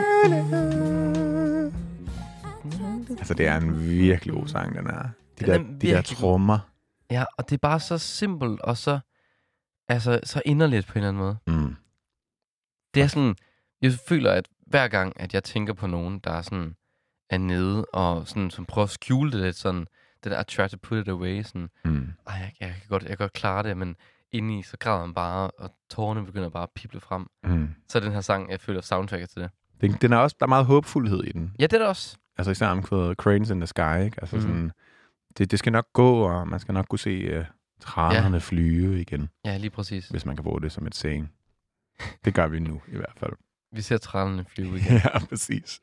sadder. Altså, det er en virkelig god sang, den her. De, Den der, er de der virkelig trommer. Ja, og det er bare så simpelt, og så, altså, så inderligt på en eller anden måde. Mm. Det er sådan, jeg føler, at hver gang, at jeg tænker på nogen, der er sådan, er nede, og sådan, som prøver at skjule det lidt, sådan, det der, I try to put it away, sådan, Mm. ej, jeg, jeg, kan godt, jeg kan godt klare det, men indeni, så græder man bare, og tårerne begynder bare at pible frem. Mm. Så er den her sang, jeg føler, soundtracket til det. Den, den er også, der er meget håbfuldhed i den. Ja, det er det også. Altså især omkvædet Cranes in the Sky, ikke? Altså Mhm. sådan, det, det skal nok gå, og man skal nok kunne se uh, tranerne ja. flyve igen, Ja, lige præcis. hvis man kan bruge det som et saying. Det gør vi nu, i hvert fald. Vi ser trænerne flyve igen. Ja, præcis.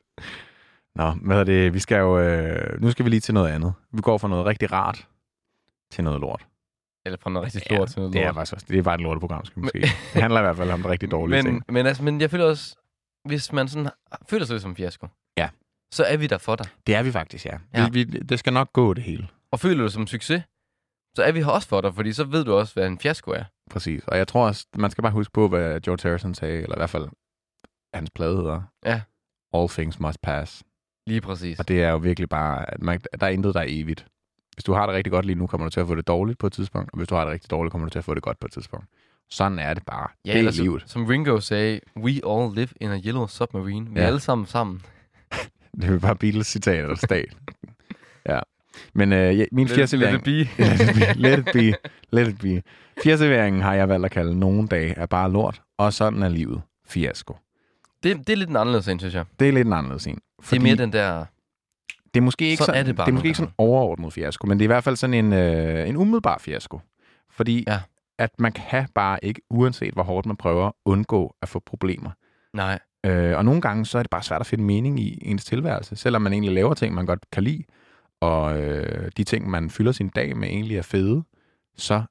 Nå, hvad er det? Vi skal jo, øh, nu skal vi lige til noget andet. Vi går fra noget rigtig rart til noget lort. Eller fra noget rigtig stort til noget det er lort. faktisk også, det er bare et lorteprogram, skal vi måske. Det handler i hvert fald om det rigtig dårlige men, ting. men, altså, men jeg føler også, hvis man sådan føler sig lidt som en fiasko, Ja. så er vi der for dig. Det er vi faktisk, ja. Ja. Vi, vi, det skal nok gå det hele. Og føler du dig som en succes, så er vi her også for dig, fordi så ved du også, hvad en fiasko er. Præcis. Og jeg tror også, man skal bare huske på, hvad George Harrison sagde, eller i hvert fald hans plade hedder. Ja. All things must pass. Lige præcis. Og det er jo virkelig bare, at man, der er intet, der er evigt. Hvis du har det rigtig godt lige nu, kommer du til at få det dårligt på et tidspunkt. Og hvis du har det rigtig dårligt, kommer du til at få det godt på et tidspunkt. Sådan er det bare. Ja, det eller er som, livet. som Ringo sagde, we all live in a yellow submarine. Vi Ja. er alle sammen sammen. Det er bare Beatles-citat eller stat. Ja. Men øh, ja, min Let- fjerservering... let it be. let it be. Let it be. Let it be. Fjerserveringen har jeg valgt at kalde nogle dage er bare lort, og sådan er livet. Fiasko. Det, det er lidt en anderledes en, synes jeg. Det er lidt en anderledes en. Det er mere den der... Det er måske ikke Sådan sådan, er det bare det er måske nogle ikke sådan en overordnet fiasko, men det er i hvert fald sådan en, øh, en umiddelbar fiasko. Fordi Ja. at man kan bare ikke, uanset hvor hårdt man prøver, undgå at få problemer. Nej. Øh, og nogle gange så er det bare svært at finde mening i ens tilværelse, selvom man egentlig laver ting, man godt kan lide, og øh, de ting, man fylder sin dag med, egentlig er fede, så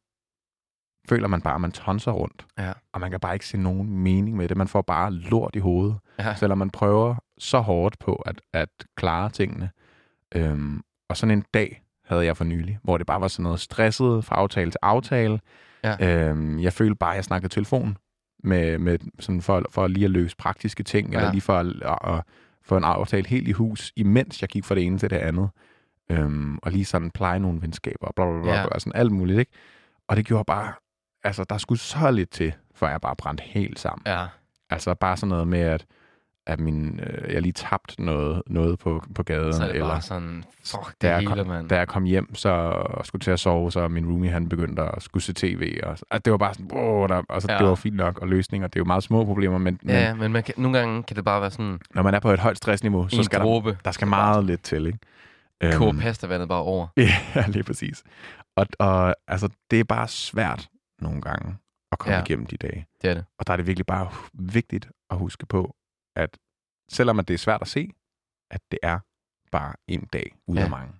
føler man bare, at man tonser rundt. Ja. Og man kan bare ikke se nogen mening med det. Man får bare lort i hovedet, Ja. selvom man prøver så hårdt på at, at klare tingene. Øhm, og sådan en dag havde jeg for nylig, hvor det bare var sådan noget stresset fra aftale til aftale. Ja. Øhm, jeg følte bare, at jeg snakkede telefon med, med sådan for, for lige at løse praktiske ting, ja. eller lige for at, at, at få en aftale helt i hus, imens jeg gik fra det ene til det andet. Øhm, og lige sådan pleje nogle venskaber, og bla bla bla, Ja. og sådan alt muligt, ikke? Og det gjorde bare, altså der skulle så lidt til, for jeg bare brændte helt sammen. Ja. Altså bare sådan noget med, at, at min, øh, jeg lige tabte noget, noget på, på gaden. Så er det eller bare sådan, fuck da det jeg, hele, kom, mand. da jeg kom hjem så, og skulle til at sove, så min roomie han begyndte at skulle se tv. Og, altså, det var bare sådan, wow, der, og så, Ja. det var fint nok, og løsninger. Det er jo meget små problemer, men, men Ja, men man kan, nogle gange kan det bare være sådan når man er på et højt stressniveau, så en skal der, dråbe. der skal meget lidt til, ikke? Koge Øhm, pastavandet bare over. Ja, lige præcis. Og, og altså, det er bare svært nogle gange at komme Ja. igennem de dage. Det er det. Og der er det virkelig bare vigtigt at huske på, at selvom at det er svært at se, at det er bare en dag ud af Ja. mange.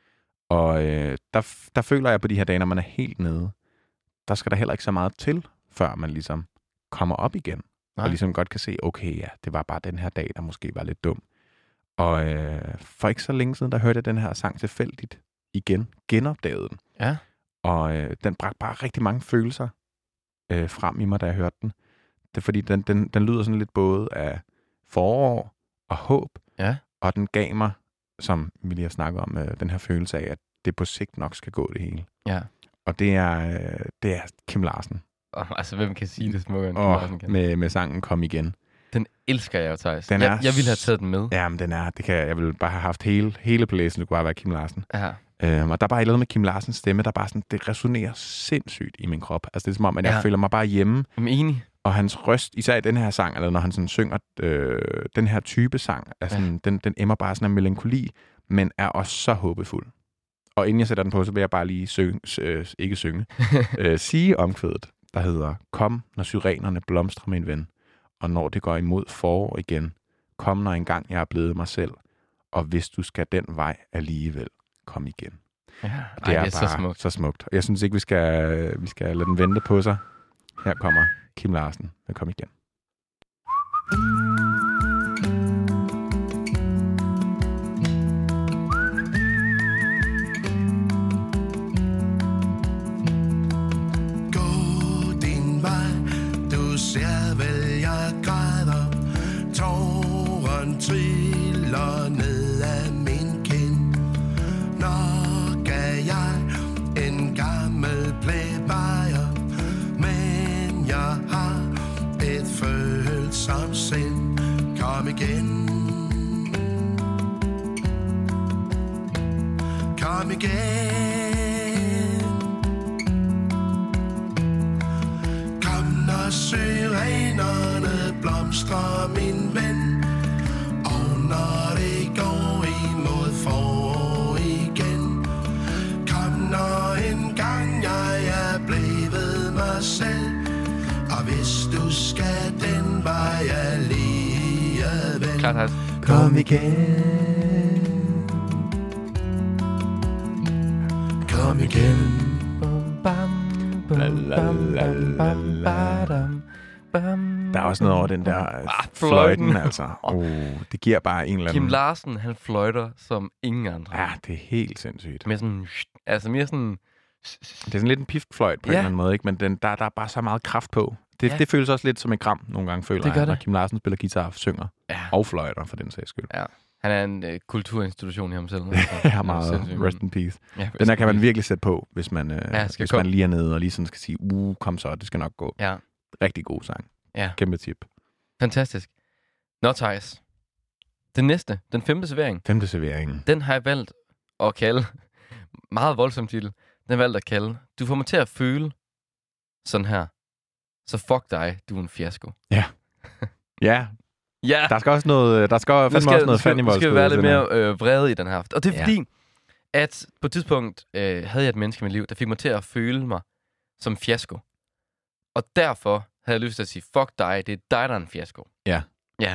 Og øh, der, der føler jeg på de her dage, når man er helt nede, der skal der heller ikke så meget til, før man ligesom kommer op igen. Nej. Og ligesom godt kan se, okay, ja, det var bare den her dag, der måske var lidt dum. Og øh, for ikke så længe siden, der hørte jeg den her sang tilfældigt igen, genopdagede den. Ja. Og øh, den bragte bare rigtig mange følelser øh, frem i mig, da jeg hørte den. Det er fordi, den, den, den lyder sådan lidt både af forår og håb. Ja. Og den gav mig, som vi lige har snakket om, øh, den her følelse af, at det på sigt nok skal gå det hele. Ja. Og det er, øh, det er Kim Larsen. Oh, altså, hvem kan sige det smukkere end Kim Og Larsen kan? med, med sangen Kom Igen. Den elsker jeg jo, Thijs. Den Jeg, er jeg ville have taget den med. Jamen, den er, det kan jeg, jeg ville bare have haft hele, hele playsen, det kunne bare være Kim Larsen. Ja. Øhm, og der er bare et eller andet med Kim Larsens stemme, der bare sådan, det resonerer sindssygt i min krop. Altså det er som om, at jeg Ja. føler mig bare hjemme. Jeg er enig. Og hans røst, især i den her sang, eller når han sådan synger øh, den her type sang, er sådan, ja. den, den emmer bare sådan af melankoli, men er også så håbefuld. Og inden jeg sætter den på, så vil jeg bare lige synge, øh, ikke synge, øh, sige omkvædet, der hedder: Kom, når syrenerne blomstrer, min ven, og når det går imod forår igen. Kom, når engang jeg er blevet mig selv, og hvis du skal den vej alligevel, kom igen. Ja. Det Ej, er, det er bare så smukt. så smukt. Jeg synes ikke, vi skal, vi skal lade den vente på sig. Her kommer Kim Larsen. Kom igen. triller ned af min kind. Nok er jeg en gammel plebejer, men jeg har et følsomt sind. Kom igen. Kom igen. Kom når syrenerne blomstrer, min ven. Og når det går imod forår igen. Kom når en gang jeg er blevet mig selv. Og hvis du skal den vej alligevel. Klart, Thijs. Kom igen. Kom igen. Der er også noget over den der Ah, fløjten, fløjten. altså. Oh, det giver bare en eller anden... Kim Larsen, han fløjter som ingen andre. Ja, det er helt sindssygt. Med sådan... Altså mere sådan... Det er sådan lidt en piftfløjt på ja. en eller anden måde, ikke? Men den, der, der er bare så meget kraft på. Det, Ja. det føles også lidt som et gram, nogle gange føler Det gør jeg, når det. Kim Larsen spiller guitar og synger. Ja. Og fløjter, for den sags skyld. Ja. Han er en øh, kulturinstitution i ham selv. Jeg har meget rest in peace. Ja, Den her kan man virkelig sætte på, hvis man, øh, Ja, skal hvis kom. man lige er nede og lige sådan skal sige, uh, kom så, det skal nok gå. Ja. Rigtig god sang. Ja. Kæmpe tip. Fantastisk. Nå, Thijs. Den næste, den femte servering, Femte serveringen. den har jeg valgt at kalde, meget voldsom titel, den har jeg valgt at kalde, du får mig til at føle sådan her, så fuck dig, du er en fiasko. Ja. Ja, Der skal også noget, der skal nu fandme skal, også nu noget skal, fandme nu skal vi være lidt mere øh, vrede i den her aften. Og det er Ja. fordi, at på et tidspunkt øh, havde jeg et menneske i mit liv, der fik mig til at føle mig som fiasko. Og derfor havde jeg lyst til at sige, fuck dig, det er dig, der er en fiasko. Ja. Ja.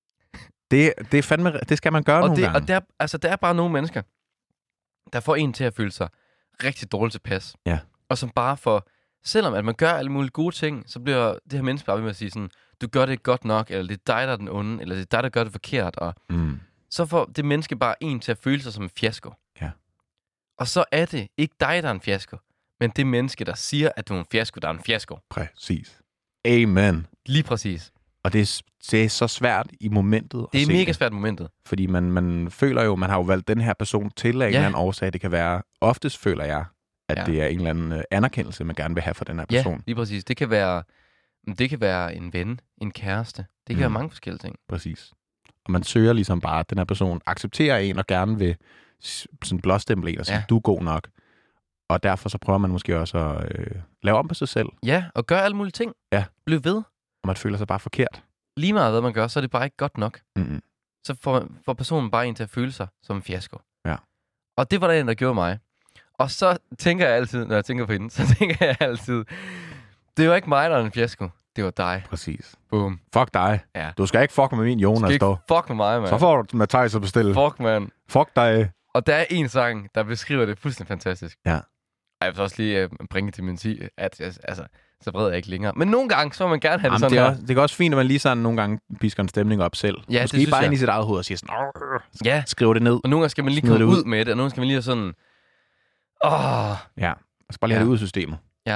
Det, det, er fandme, det skal man gøre Og, nogle det, gange. og der, altså, der er bare nogle mennesker, der får en til at føle sig rigtig dårligt tilpas. Ja. Og som bare får, selvom at man gør alle mulige gode ting, så bliver det her menneske bare ved med at sige sådan, du gør det godt nok, eller det er dig, der er den onde, eller det er dig, der gør det forkert. Og Mm. så får det menneske bare en til at føle sig som en fiasko. Ja. Og så er det ikke dig, der er en fiasko, men det menneske, der siger, at du er en fiasko, der er en fiasko. Præcis. Amen. Lige præcis. Og det er, det er så svært i momentet Det at er se mega svært momentet. Fordi man, man føler jo, man har jo valgt den her person til af en Ja. eller anden årsag. Det kan være, oftest føler jeg, at Ja. det er en eller anden øh, anerkendelse, man gerne vil have fra den her Ja, person. lige præcis. Det kan være, det kan være en ven, en kæreste. Det kan Mm. være mange forskellige ting. Præcis. Og man søger ligesom bare, at den her person accepterer en og gerne vil s- sådan blåstemple en og sige, Ja. du er god nok. Og derfor så prøver man måske også at øh, lave om på sig selv, Ja, og gør alle mulige ting. Ja. Bliv ved. og man føler sig bare forkert. Lige meget hvad man gør, så er det bare ikke godt nok. Mm-hmm. Så får, får personen bare en til at føle sig som en fiasko. Ja. Og det var der en, der gjorde mig. Og så tænker jeg altid, når jeg tænker på hende, så tænker jeg altid, det var ikke mig, der er en fiasko. Det var dig. Præcis. Boom. Fuck dig. Ja. Du skal ikke fuck med min Jonas, Skal ikke dog. fuck med mig, mand. Så får du med Thijs at bestille. Fuck, man. Fuck dig. Og der er en sang, der beskriver det fuldstændig fantastisk. Ja. Og jeg vil så også lige øh, bringe til min sige, at altså, så vred jeg ikke længere. Men nogle gange, så må man gerne have det Jamen, sådan det, er her. også, det er også fint, at man lige sådan nogle gange pisker en stemning op selv. Ja, det Måske synes bare jeg. ind i sit eget hoved og siger sådan, "Arr", Ja, skriv det ned. og nogle gange skal man lige Smid komme det ud. ud med det, og nogle gange skal man lige have sådan, åh, Ja, og så bare lige Ja. have det ud af systemet. ja.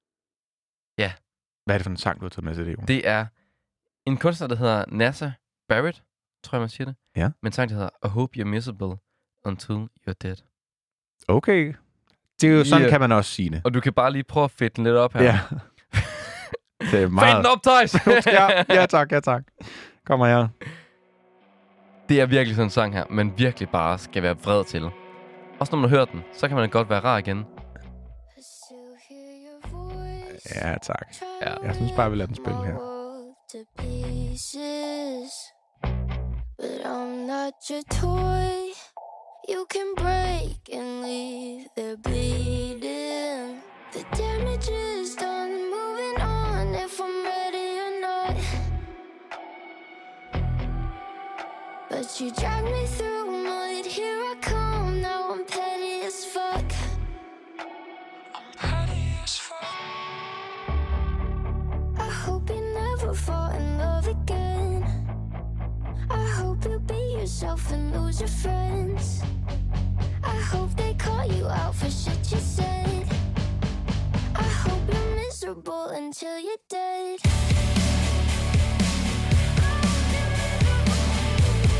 Ja. Hvad er det for en sang, du har taget med til det, Jonas? Det er en kunstner, der hedder Nasser Barrett, tror jeg, man siger det. Ja. Men en sang, der hedder I Hope You're Miserable Until You're Dead. Okay. Det er jo, sådan Ja. kan man også sige det. Og du kan bare lige prøve at fedte den lidt op her. Ja. Det er Fed meget... den op, Thijs! ja, ja tak, ja tak. Kommer her. Det er virkelig sådan en sang her, man virkelig bare skal være vred til. Også når man hører den, så kan man godt være rar igen. Ja, tak. Ja. Jeg synes bare, vi lader den spille her. To pieces, but I'm not your toy. You can break and leave there bleeding. The damage is done, moving on if I'm ready or not. But you drag me through mud, here I come, now I'm petty as fuck. I'm petty as fuck. I hope you never fall in love again. I hope you be yourself and lose your friends. I hope they call you out for shit you said. I hope you're miserable until you're dead.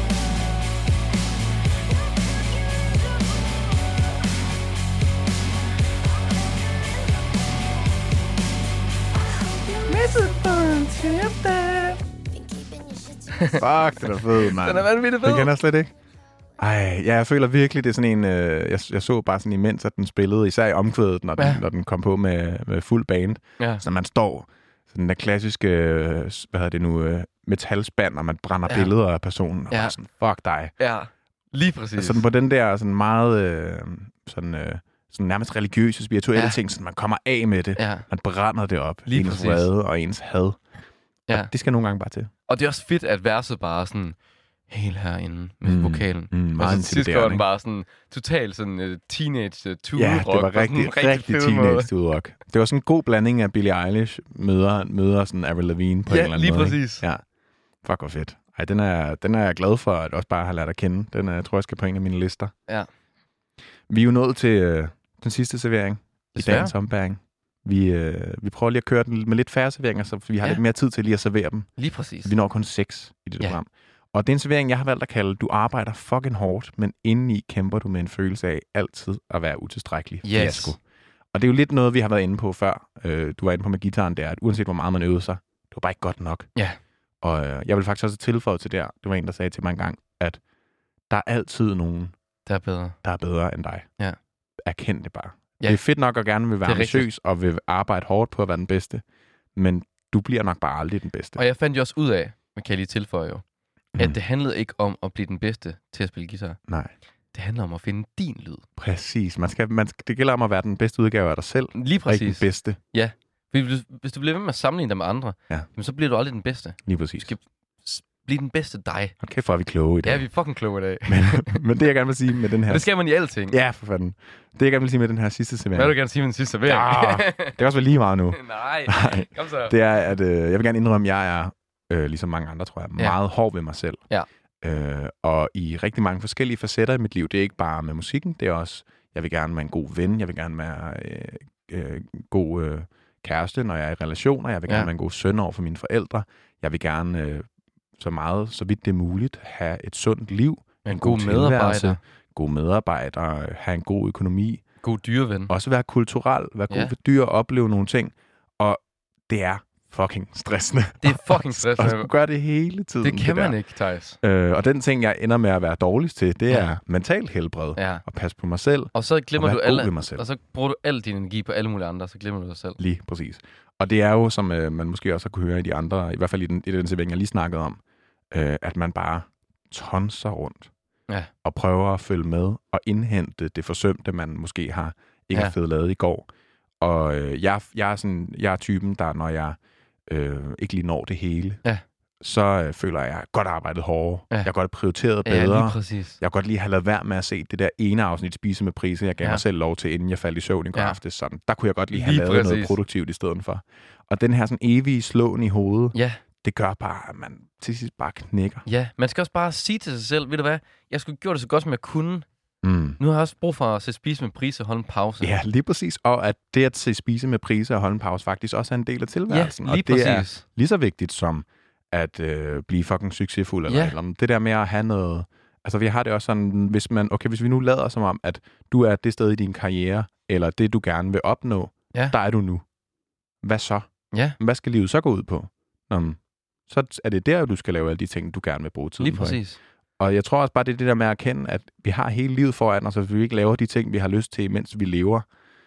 Fuck, den er fed, mand. Den er vanvittigt fed. Den kender jeg slet ikke. Ej, ja, jeg føler virkelig, det er sådan en... Øh, jeg, jeg så bare sådan imens, at den spillede, især i omkvædet, når den, Ja. når den kom på med, med fuld band. Ja. Så man står sådan den der klassiske, øh, hvad hedder det nu, øh, metalspand, og man brænder Ja. billeder af personen, og Ja. bare sådan, fuck dig. Ja, lige præcis. Sådan på den der sådan meget, øh, sådan, øh, sådan nærmest religiøse, spirituelle Ja. ting, så man kommer af med det. Ja. Man brænder det op. Lige ens præcis. vrede og ens had. Ja. Og det skal nogle gange bare til. Og det er også fedt, at verset bare er sådan helt herinde med Mm. vokalen. Mm, meget og så sidst går intimiderende, den bare sådan totalt sådan uh, teenage uh, tool Ja, rock. det var på sådan en rigtig, rigtig fed måde. teenage to rock. Det var sådan en god blanding af Billie Eilish møder, møder sådan Avril Lavigne på Ja, en eller anden lige måde. præcis. Ikke? Ja, fuck hvor fedt. Ej, den er, den er jeg glad for, at også bare har lært at kende. Den er, jeg tror, jeg skal på en af mine lister. Ja. Vi er jo nået til øh, den sidste servering Desværre. i dagens ombæring. Vi, øh, vi prøver lige at køre den med lidt færre serveringer, så vi har Ja. lidt mere tid til lige at servere dem. Lige præcis. Vi når kun seks i det Ja. program. Og det er en servering, jeg har valgt at kalde, du arbejder fucking hårdt, men indeni kæmper du med en følelse af altid at være utilstrækkelig. Yes. Fiasko. Og det er jo lidt noget, vi har været inde på før. Øh, du var inde på med gitaren der, at uanset hvor meget man øvede sig, det var bare ikke godt nok. Ja. Og øh, jeg vil faktisk også tilføje til der, det var en, der sagde til mig engang, at der er altid nogen, Der er bedre. der er bedre end dig. Ja. Erkend det bare. Ja. Det er fedt nok at gerne vil være Det er ambitiøs og vil arbejde hårdt på at være den bedste, men du bliver nok bare aldrig den bedste. Og jeg fandt jo også ud af, man kan jeg lige tilføje jo, Mm. at det handlede ikke om at blive den bedste til at spille guitar. Nej. Det handler om at finde din lyd. Præcis. Man skal, man skal, det gælder om at være den bedste udgave af dig selv. Lige Ikke den præcis. bedste. Ja. Fordi hvis, hvis du bliver ved med at sammenligne dig med andre, Ja. jamen, så bliver du aldrig den bedste. Lige Du præcis. skal s- blive den bedste dig. Okay, for er vi kloge i dag. Ja, vi er fucking kloge i dag. men, men det, jeg gerne vil sige med den her... Det skal man i alting. Ja, for fanden. Det, jeg gerne vil sige med den her sidste servering... Hvad vil du gerne sige med den sidste servering? Ja, det er også vel lige meget nu. Nej, Nej. kom så. Det er, at øh, jeg vil gerne indrømme, at jeg er, øh, ligesom mange andre, tror jeg, Ja. meget hård ved mig selv. Ja. Øh, og i rigtig mange forskellige facetter i mit liv. Det er ikke bare med musikken, det er også... Jeg vil gerne være en god ven, jeg vil gerne være øh, øh, god øh, kæreste, når jeg er i relationer, jeg vil Ja. gerne være en god søn over for mine forældre, jeg vil gerne øh, så meget, så vidt det er muligt, have et sundt liv, En en god tilværelse, medarbejder. god medarbejder, have en god økonomi, God dyreven. også være kulturel, være god Ja. ved dyr, opleve nogle ting, og det er fucking stressende. Det er fucking Og stressende. skulle gøre det hele tiden. Det kan der. man ikke, Thijs. Øh, og den ting, jeg ender med at være dårligst til, det Ja. er mentalt helbred. Ja. Og passe på mig selv. Og så glemmer Og du være god ved alle, mig selv. og så bruger du al din energi på alle mulige andre, så glemmer du dig selv. Lige præcis. Og det er jo, som øh, man måske også har kunne høre i de andre, i hvert fald i den, i den servering, jeg lige snakkede om, øh, at man bare tonser rundt. Ja. Og prøver at følge med og indhente det forsømte, man måske har ikke Ja. har fået lavet i går. Og øh, jeg, jeg, er sådan, jeg er typen, der når jeg øh, ikke lige når det hele, Ja. så øh, føler jeg, at jeg har godt arbejdet hårdere. Ja. Jeg har godt prioriteret Ja, bedre. lige præcis. Jeg kan godt lige have lavet være med at se det der ene afsnit Spise med Priser, jeg gav Ja. mig selv lov til, inden jeg faldt i søvn i går Ja. aftes. Sådan. Der kunne jeg godt lige have Lige lavet noget præcis. produktivt i stedet for. Og den her sådan evige slåen i hovedet, Ja, det gør bare, at man til sidst bare knækker. ja. Man skal også bare sige til sig selv, ved du hvad, jeg skulle have gjort det så godt, som jeg kunne. Mm. Nu har jeg også brug for at se Spise med Priser og holde en pause. Ja, lige præcis. Og at det at se Spise med Priser og holde en pause faktisk også er en del af tilværelsen. Ja, lige og det præcis. er lige så vigtigt som at øh, blive fucking succesfuld eller Ja. ja. eller andet. Det der med at have noget... Altså, vi har det også sådan, hvis man... Okay, hvis vi nu lader som om, at du er det sted i din karriere, eller det, du gerne vil opnå, Ja. der er du nu. Hvad så? Ja, Hvad skal livet så gå ud på? Nå, så er det der, du skal lave alle de ting, du gerne vil bruge tiden lige på. ikke? præcis. Og jeg tror også bare, det er det der med at erkende, at vi har hele livet foran os, og hvis vi ikke laver de ting, vi har lyst til, mens vi lever,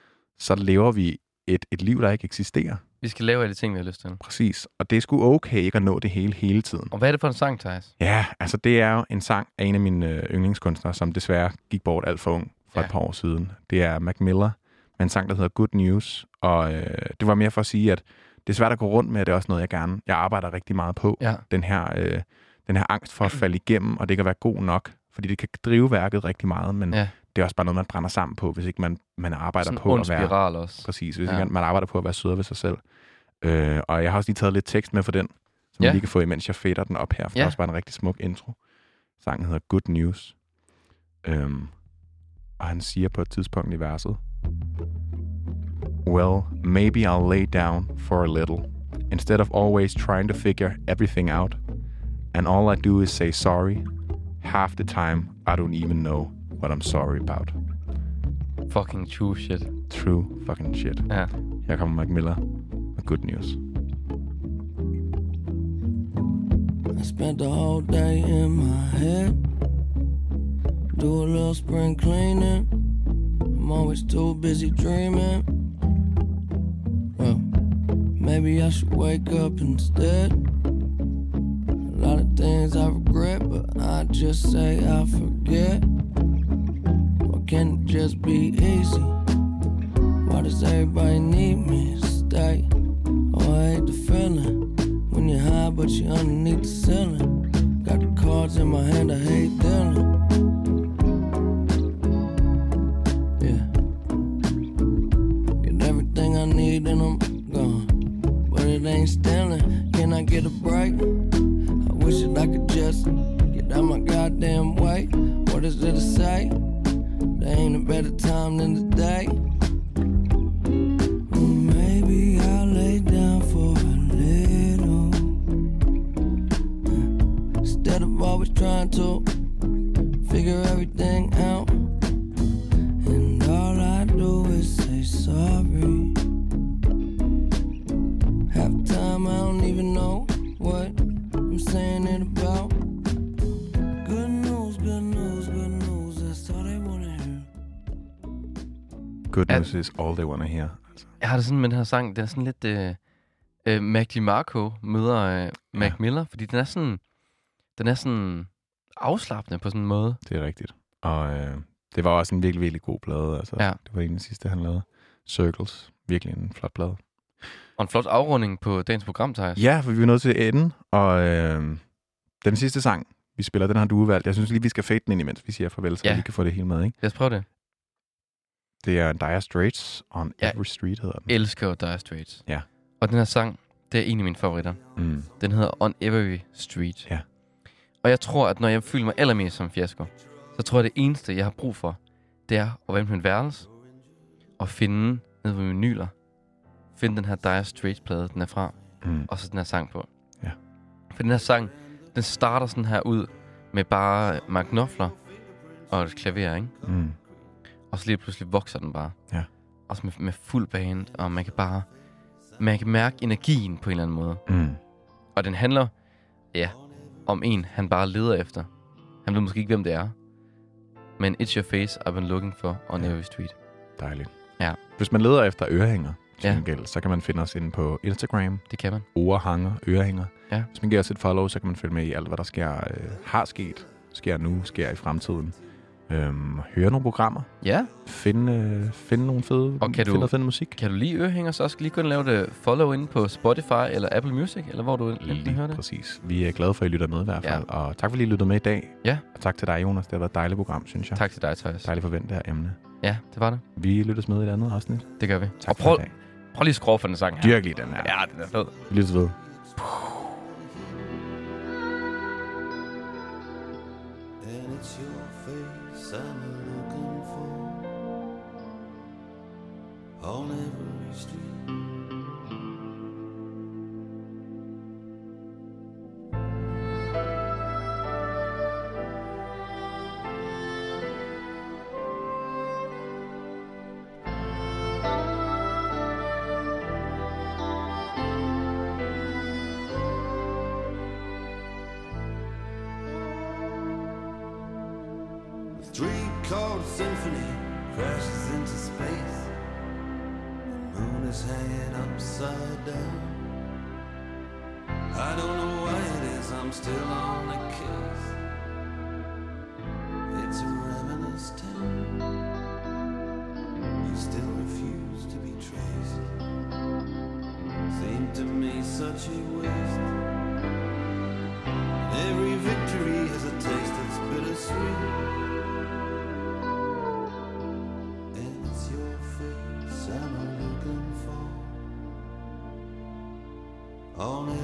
så lever vi et, et liv, der ikke eksisterer. Vi skal lave alle de ting, vi har lyst til. Præcis. Og det er sgu okay ikke at nå det hele hele tiden. Og hvad er det for en sang, Thijs? Ja, altså det er jo en sang af en af mine øh, yndlingskunstnere, som desværre gik bort alt for ung for Ja. et par år siden. Det er Mac Miller med en sang, der hedder Good News. Og øh, det var mere for at sige, at det er svært at gå rundt med, og det er også noget, jeg gerne jeg arbejder rigtig meget på. Ja. Den her, øh, den her angst for at falde igennem, og det kan være god nok, fordi det kan drive værket rigtig meget, men Ja. det er også bare noget, man brænder sammen på, hvis ikke man, man arbejder Sådan en på ond at være... spiral også. Præcis, hvis Ja. ja. ikke man arbejder på at være sød ved sig selv. Øh, og jeg har også lige taget lidt tekst med for den, som Ja. jeg lige kan få, imens jeg fader den op her, for Ja. det er også bare en rigtig smuk intro. Sangen hedder Good News. Øhm, og han siger på et tidspunkt i verset, Well, maybe I'll lay down for a little, instead of always trying to figure everything out. And all I do is say sorry. Half the time, I don't even know what I'm sorry about. Fucking true shit. True fucking shit. Ja. Her kommer Mac Miller med Good News. I spent the whole day in my head. Do a little spring cleaning. I'm always too busy dreaming. Well, maybe I should wake up instead. A lot of things I regret, but I just say I forget. Why can't it just be easy? Why does everybody need me to stay? Oh, I hate the feeling when you're high but you're underneath the ceiling. Got the cards in my hand, I hate dealing. Yeah, get everything I need and I'm gone, but it ain't stealing. Can I get a break? I wish that I could just get out my goddamn way. What is there to say? There ain't a better time than today. Maybe I'll lay down for a little, instead of always trying to figure everything out. And all I do is say sorry. Half the time I don't even know what I'm saying it about. Good news, good news, good news, that's all they wanna hear. Good news is all they wanna hear. Altså. Jeg har det sådan med den her sang, den er sådan lidt øh, øh, Mac DeMarco møder øh, Mac Ja. Miller, fordi den er sådan, den er sådan afslappende på sådan en måde. Det er rigtigt. Og øh, det var også en virkelig, virkelig god plade. Altså. Ja. Det var en af de sidste, han lavede. Circles. Virkelig en flot plade. Og en flot afrunding på dagens program, Thijs. Ja, for vi er nødt til at ende. Og øh, den sidste sang, vi spiller, den har du valgt. Jeg synes lige, vi skal fade den ind, imens vi siger farvel, så Ja. vi kan få det hele med. Ikke? Lad os prøve det. Det er Dire Straits on Ja. Every Street, hedder den. Elsker jo Dire Straits. Ja. Og den her sang, det er en af mine favoritter. Mm. Den hedder On Every Street. Ja. Og jeg tror, at når jeg føler mig allermest som fiasko, så tror jeg, det eneste, jeg har brug for, det er at være på min værelse og finde ned på mine vinyler, finde den her Dire Straits-plade, den er fra, Mm. og så den her sang på. Ja. For den her sang, den starter sådan her ud med bare Mark Knopfler og et klaver, ikke? Mm. Og så lige pludselig vokser den bare. Ja. Også med, med fuld band, og man kan bare man kan mærke energien på en eller anden måde. Mm. Og den handler, ja, om en, han bare leder efter. Han ved måske ikke, hvem det er. Men it's your face I've been looking for on Ja. every street. Dejligt. Ja. Hvis man leder efter ørehænger, til Ja. gengæld, så kan man finde os inde på Instagram. Det kan man. Ordhanger, ørehænger. Ja. Hvis man giver os et follow, så kan man følge med i alt, hvad der sker, øh, har sket, sker nu, sker i fremtiden. Øhm, høre nogle programmer. Ja. Finde, øh, finde nogle fede, Og kan finde du- noget fed musik. Kan du lige ørehænger, så også lige gå ind og lave det follow inde på Spotify eller Apple Music, eller hvor du enten Lige hører det. præcis. Vi er glade for, at I lytter med i hvert fald. Ja. Og tak fordi I lyttede med i dag. Ja. Og tak til dig, Jonas. Det har været et dejligt program, synes jeg. Tak til dig, Thijs. Dejligt forvent det her emne. Ja, det var det. Vi lyttes med i et andet afsnit. Det gør vi. Tak og for prøv, i dag. prøv lige at skrue for den sang her. Dyrk lige den her. Ja, den er fed. Vi lyttes ved. And it's your face I'm looking for on every street. The three-chord symphony crashes into space. The moon is hanging upside down. I don't know why it is I'm still on the case. It's a ravenous town. You still refuse to be traced. Seemed to me such a waste. Every victory has a taste that's bittersweet. And it's your face I'm looking for on